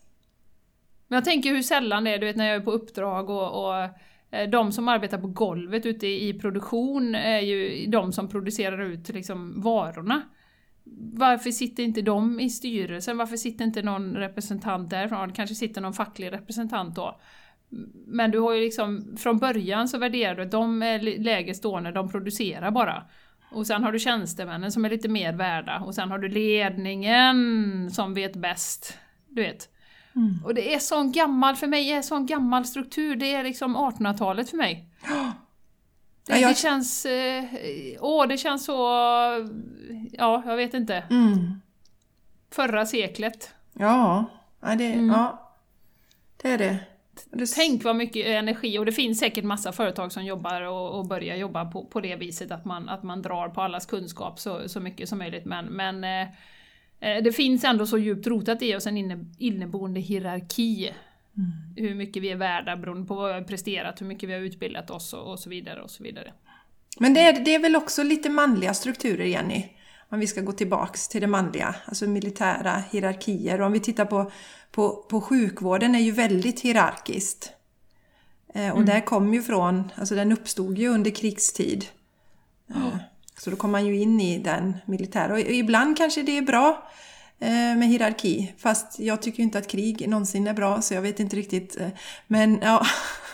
Men jag tänker hur sällan det är, du vet när jag är på uppdrag och, och de som arbetar på golvet ute i, i produktion är ju de som producerar ut liksom varorna. Varför sitter inte de i styrelsen? Varför sitter inte någon representant därifrån? Det kanske sitter någon facklig representant då. Men du har ju liksom, från början så värderar du att de är lägre stående, de producerar bara. Och sen har du tjänstemännen som är lite mer värda. Och sen har du ledningen som vet bäst. Du vet. Mm. Och det är sån gammal, för mig är sån gammal struktur. Det är liksom artonhundratalet för mig. Det, det känns... Eh, åh, det känns så... Ja, jag vet inte. Mm. Förra seklet. Ja, ja, det, mm. ja, det är det. det. Tänk vad mycket energi, och det finns säkert massa företag som jobbar och, och börjar jobba på, på det viset att man, att man drar på allas kunskap så, så mycket som möjligt. Men, men eh, det finns ändå så djupt rotat i oss en inne, inneboende hierarki. Mm. Hur mycket vi är värda beroende på vad vi har presterat, hur mycket vi har utbildat oss och, och så vidare och så vidare. Men det är, det är väl också lite manliga strukturer, Jenny? Om vi ska gå tillbaks till det manliga, alltså militära hierarkier. Och om vi tittar på, på, på sjukvården är ju väldigt hierarkiskt. Eh, och mm. där kom ju från, alltså den uppstod ju under krigstid. Eh, oh. Så då kom man ju in i den militära. Och ibland kanske det är bra eh, med hierarki. Fast jag tycker inte att krig någonsin är bra, så jag vet inte riktigt. Eh, men ja...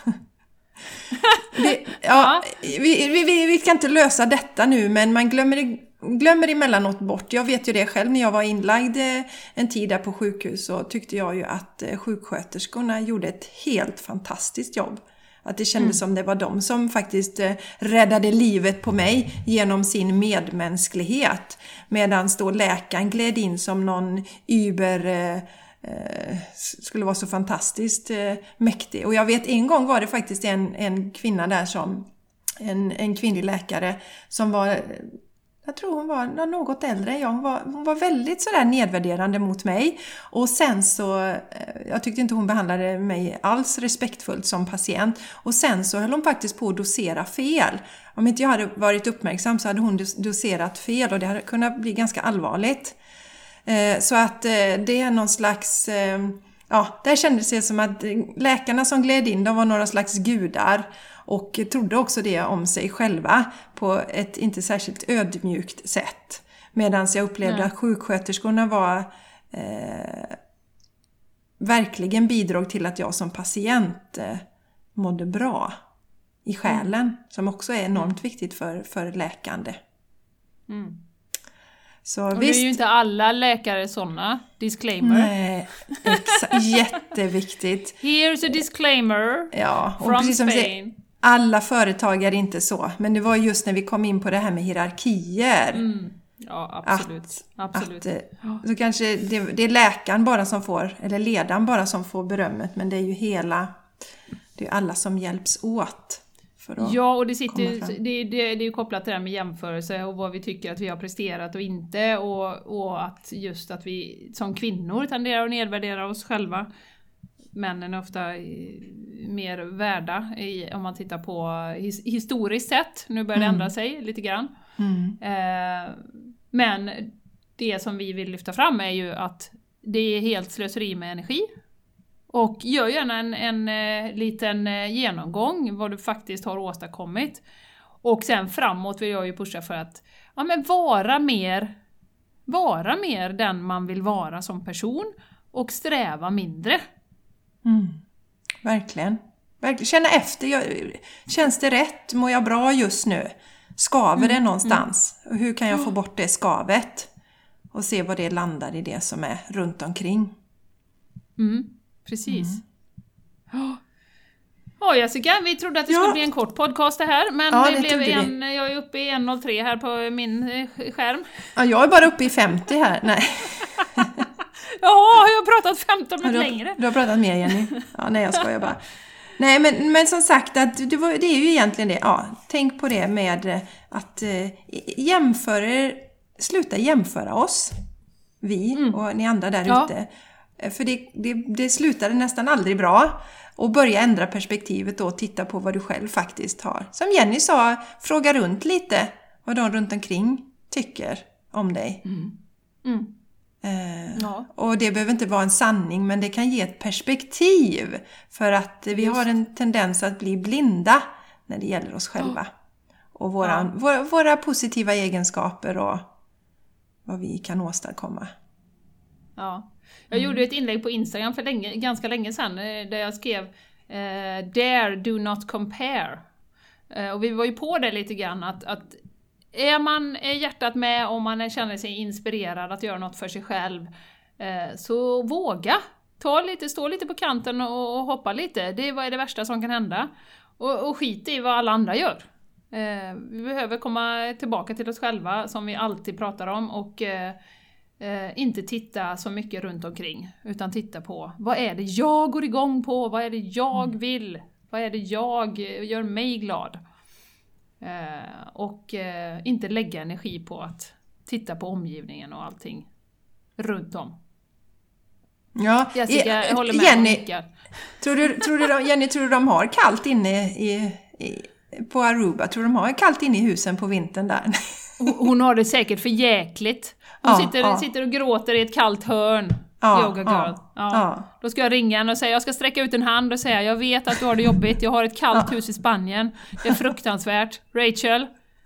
det, ja vi, vi, vi, vi kan inte lösa detta nu, men man glömmer, glömmer emellanåt bort. Jag vet ju det själv, när jag var inlagd en tid där på sjukhus så tyckte jag ju att sjuksköterskorna gjorde ett helt fantastiskt jobb. Att det kändes mm. som det var de som faktiskt räddade livet på mig genom sin medmänsklighet. Medan då läkaren gled in som någon über... Eh, skulle vara så fantastiskt eh, mäktig. Och jag vet, en gång var det faktiskt en, en kvinna där som en, en kvinnlig läkare som var, jag tror hon var något äldre än jag. Hon var, hon var väldigt sådär nedvärderande mot mig. Och sen så, eh, jag tyckte inte hon behandlade mig alls respektfullt som patient. Och sen så höll hon faktiskt på att dosera fel. Om inte jag hade varit uppmärksam så hade hon doserat fel, och det hade kunnat bli ganska allvarligt. Så att det är någon slags, ja, där kändes det som att läkarna som gled in, de var några slags gudar och trodde också det om sig själva på ett inte särskilt ödmjukt sätt. Medan jag upplevde Nej. att sjuksköterskorna var eh, verkligen bidrog till att jag som patient eh, mådde bra i själen, mm. som också är enormt viktigt för, för läkande. Mm. Så och visst, det är ju inte alla läkare sådana. Disclaimer. Nej, exa- jätteviktigt. Here's a disclaimer ja, och from precis som Spain. Säger, alla företag är inte så. Men det var just när vi kom in på det här med hierarkier. Mm. Ja, absolut. Att, absolut. Att, så kanske det, det är läkaren bara som får, eller ledaren bara som får berömmet. Men det är ju hela, det är alla som hjälps åt. Ja, och det sitter det, det, det är ju kopplat till det här med jämförelse och vad vi tycker att vi har presterat och inte, och, och att just att vi som kvinnor tenderar att nedvärdera oss själva. Männen är ofta mer värda i, om man tittar på his, historiskt sett. Nu börjar det mm. ändra sig lite grann. Mm. Eh, men det som vi vill lyfta fram är ju att det är helt slöseri med energi. Och gör gärna en, en, en liten genomgång vad du faktiskt har åstadkommit. Och sen framåt vill jag ju pusha för att ja, men vara mer vara mer den man vill vara som person och sträva mindre. Mm. Verkligen. Verkligen. Känna efter. Jag, känns det rätt? Mår jag bra just nu? Skaver det mm. någonstans? Och hur kan jag få bort det skavet? Och se vad det landar i det som är runt omkring. Mm. Precis. Mm. Ja, oh, Jessica, vi trodde att det ja. skulle bli en kort podcast det här, men ja, det, det blev en, vi. jag är uppe i en noll tre här på min skärm. Ja, jag är bara uppe i femtio här, nej. Ja, jag har pratat femton minuter ja, längre. Du har pratat mer, Jenny. Ja, nej, jag skojar bara. Nej, men, men som sagt, att det, var, det är ju egentligen det. Ja, tänk på det med att eh, jämföra, sluta jämföra oss, vi mm. och ni andra där ja. ute. För det, det, det slutade nästan aldrig bra. Och börja ändra perspektivet då och titta på vad du själv faktiskt har. Som Jenny sa, fråga runt lite vad de runt omkring tycker om dig. Mm. Mm. Eh, ja. Och det behöver inte vara en sanning, men det kan ge ett perspektiv. För att vi Just. har en tendens att bli blinda när det gäller oss själva. Oh. Och våra, ja. våra, våra positiva egenskaper och vad vi kan åstadkomma. Ja. Jag mm. gjorde ett inlägg på Instagram för länge, ganska länge sedan där jag skrev Eh, dare, do not compare. Eh, och vi var ju på det lite grann, att, att är man är hjärtat med och man är, känner sig inspirerad att göra något för sig själv, eh, så våga. Ta lite, stå lite på kanten och, och hoppa lite. Det är vad är det värsta som kan hända. Och, och skit i vad alla andra gör. Eh, vi behöver komma tillbaka till oss själva, som vi alltid pratar om, och eh, eh, inte titta så mycket runt omkring, utan titta på vad är det jag går igång på, vad är det jag vill, vad är det jag gör mig glad. Eh, och eh, inte lägga energi på att titta på omgivningen och allting runt om. Ja, Jessica, jag håller med. Jenny, tror du, tror du, Jenny, tror du de har kallt inne i, i, på Aruba? Tror du de har kallt inne i husen på vintern där? Hon har det säkert för jäkligt. Hon ja, sitter, ja. sitter och gråter i ett kallt hörn. Ja, Yoga girl. ja, Ja. ja. Då ska jag ringa henne och säga, jag ska sträcka ut en hand och säga, jag vet att du har det jobbigt, jag har ett kallt ja. hus i Spanien. Det är fruktansvärt. Rachel.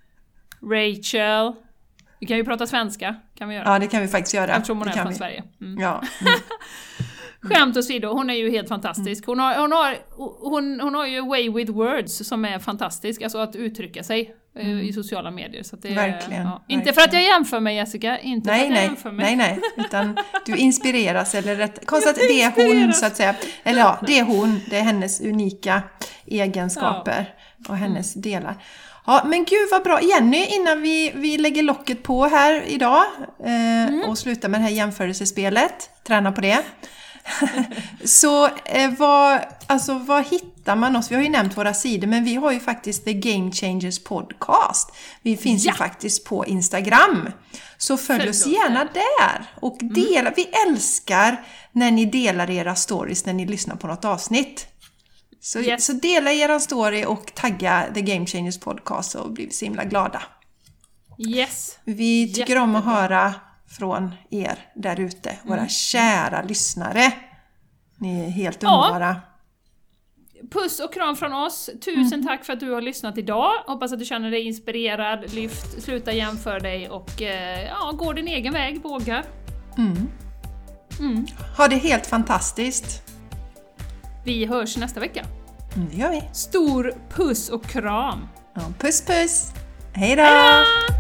Rachel. Vi kan ju prata svenska, kan vi göra. Ja, det kan vi faktiskt göra. Jag tror hon det är från vi. Sverige. Mm. Ja. Mm. Skämt åsido, hon är ju helt fantastisk. Hon har, hon, har, hon, hon har ju way with words som är fantastisk, alltså att uttrycka sig mm. i sociala medier. Så att det är, verkligen, ja. verkligen. Inte för att jag jämför mig, Jessica, inte nej, för att jag nej, jämför mig. Nej, nej, utan du inspireras, eller rätt, konstigt att det är hon, så att säga. Eller ja, det är hon, det är hennes unika egenskaper ja. och hennes mm. delar. Ja, men gud vad bra. Jenny, innan vi, vi lägger locket på här idag eh, mm. och slutar med det här jämförelsespelet, träna på det. Så eh, vad, alltså, vad hittar man oss? Vi har ju nämnt våra sidor, men vi har ju faktiskt The Game Changers Podcast. Vi finns ja. ju faktiskt på Instagram. Så följ, följ oss gärna där och dela. Mm. Vi älskar när ni delar era stories när ni lyssnar på något avsnitt. Så, yes. så dela era story och tagga The Game Changers Podcast, så blir vi så himla glada. Yes. Vi tycker Jättebra. om att höra från er där ute, våra mm. kära lyssnare. Ni är helt underbara. Ja. Puss och kram från oss. Tusen mm. tack för att du har lyssnat idag. Hoppas att du känner dig inspirerad. Lyft, sluta jämföra dig och ja, gå din egen väg, våga. Mm. Mm. Ha det helt fantastiskt. Vi hörs nästa vecka. Mm, det gör vi. Stor puss och kram. Ja, puss puss. Hej då! Hej då!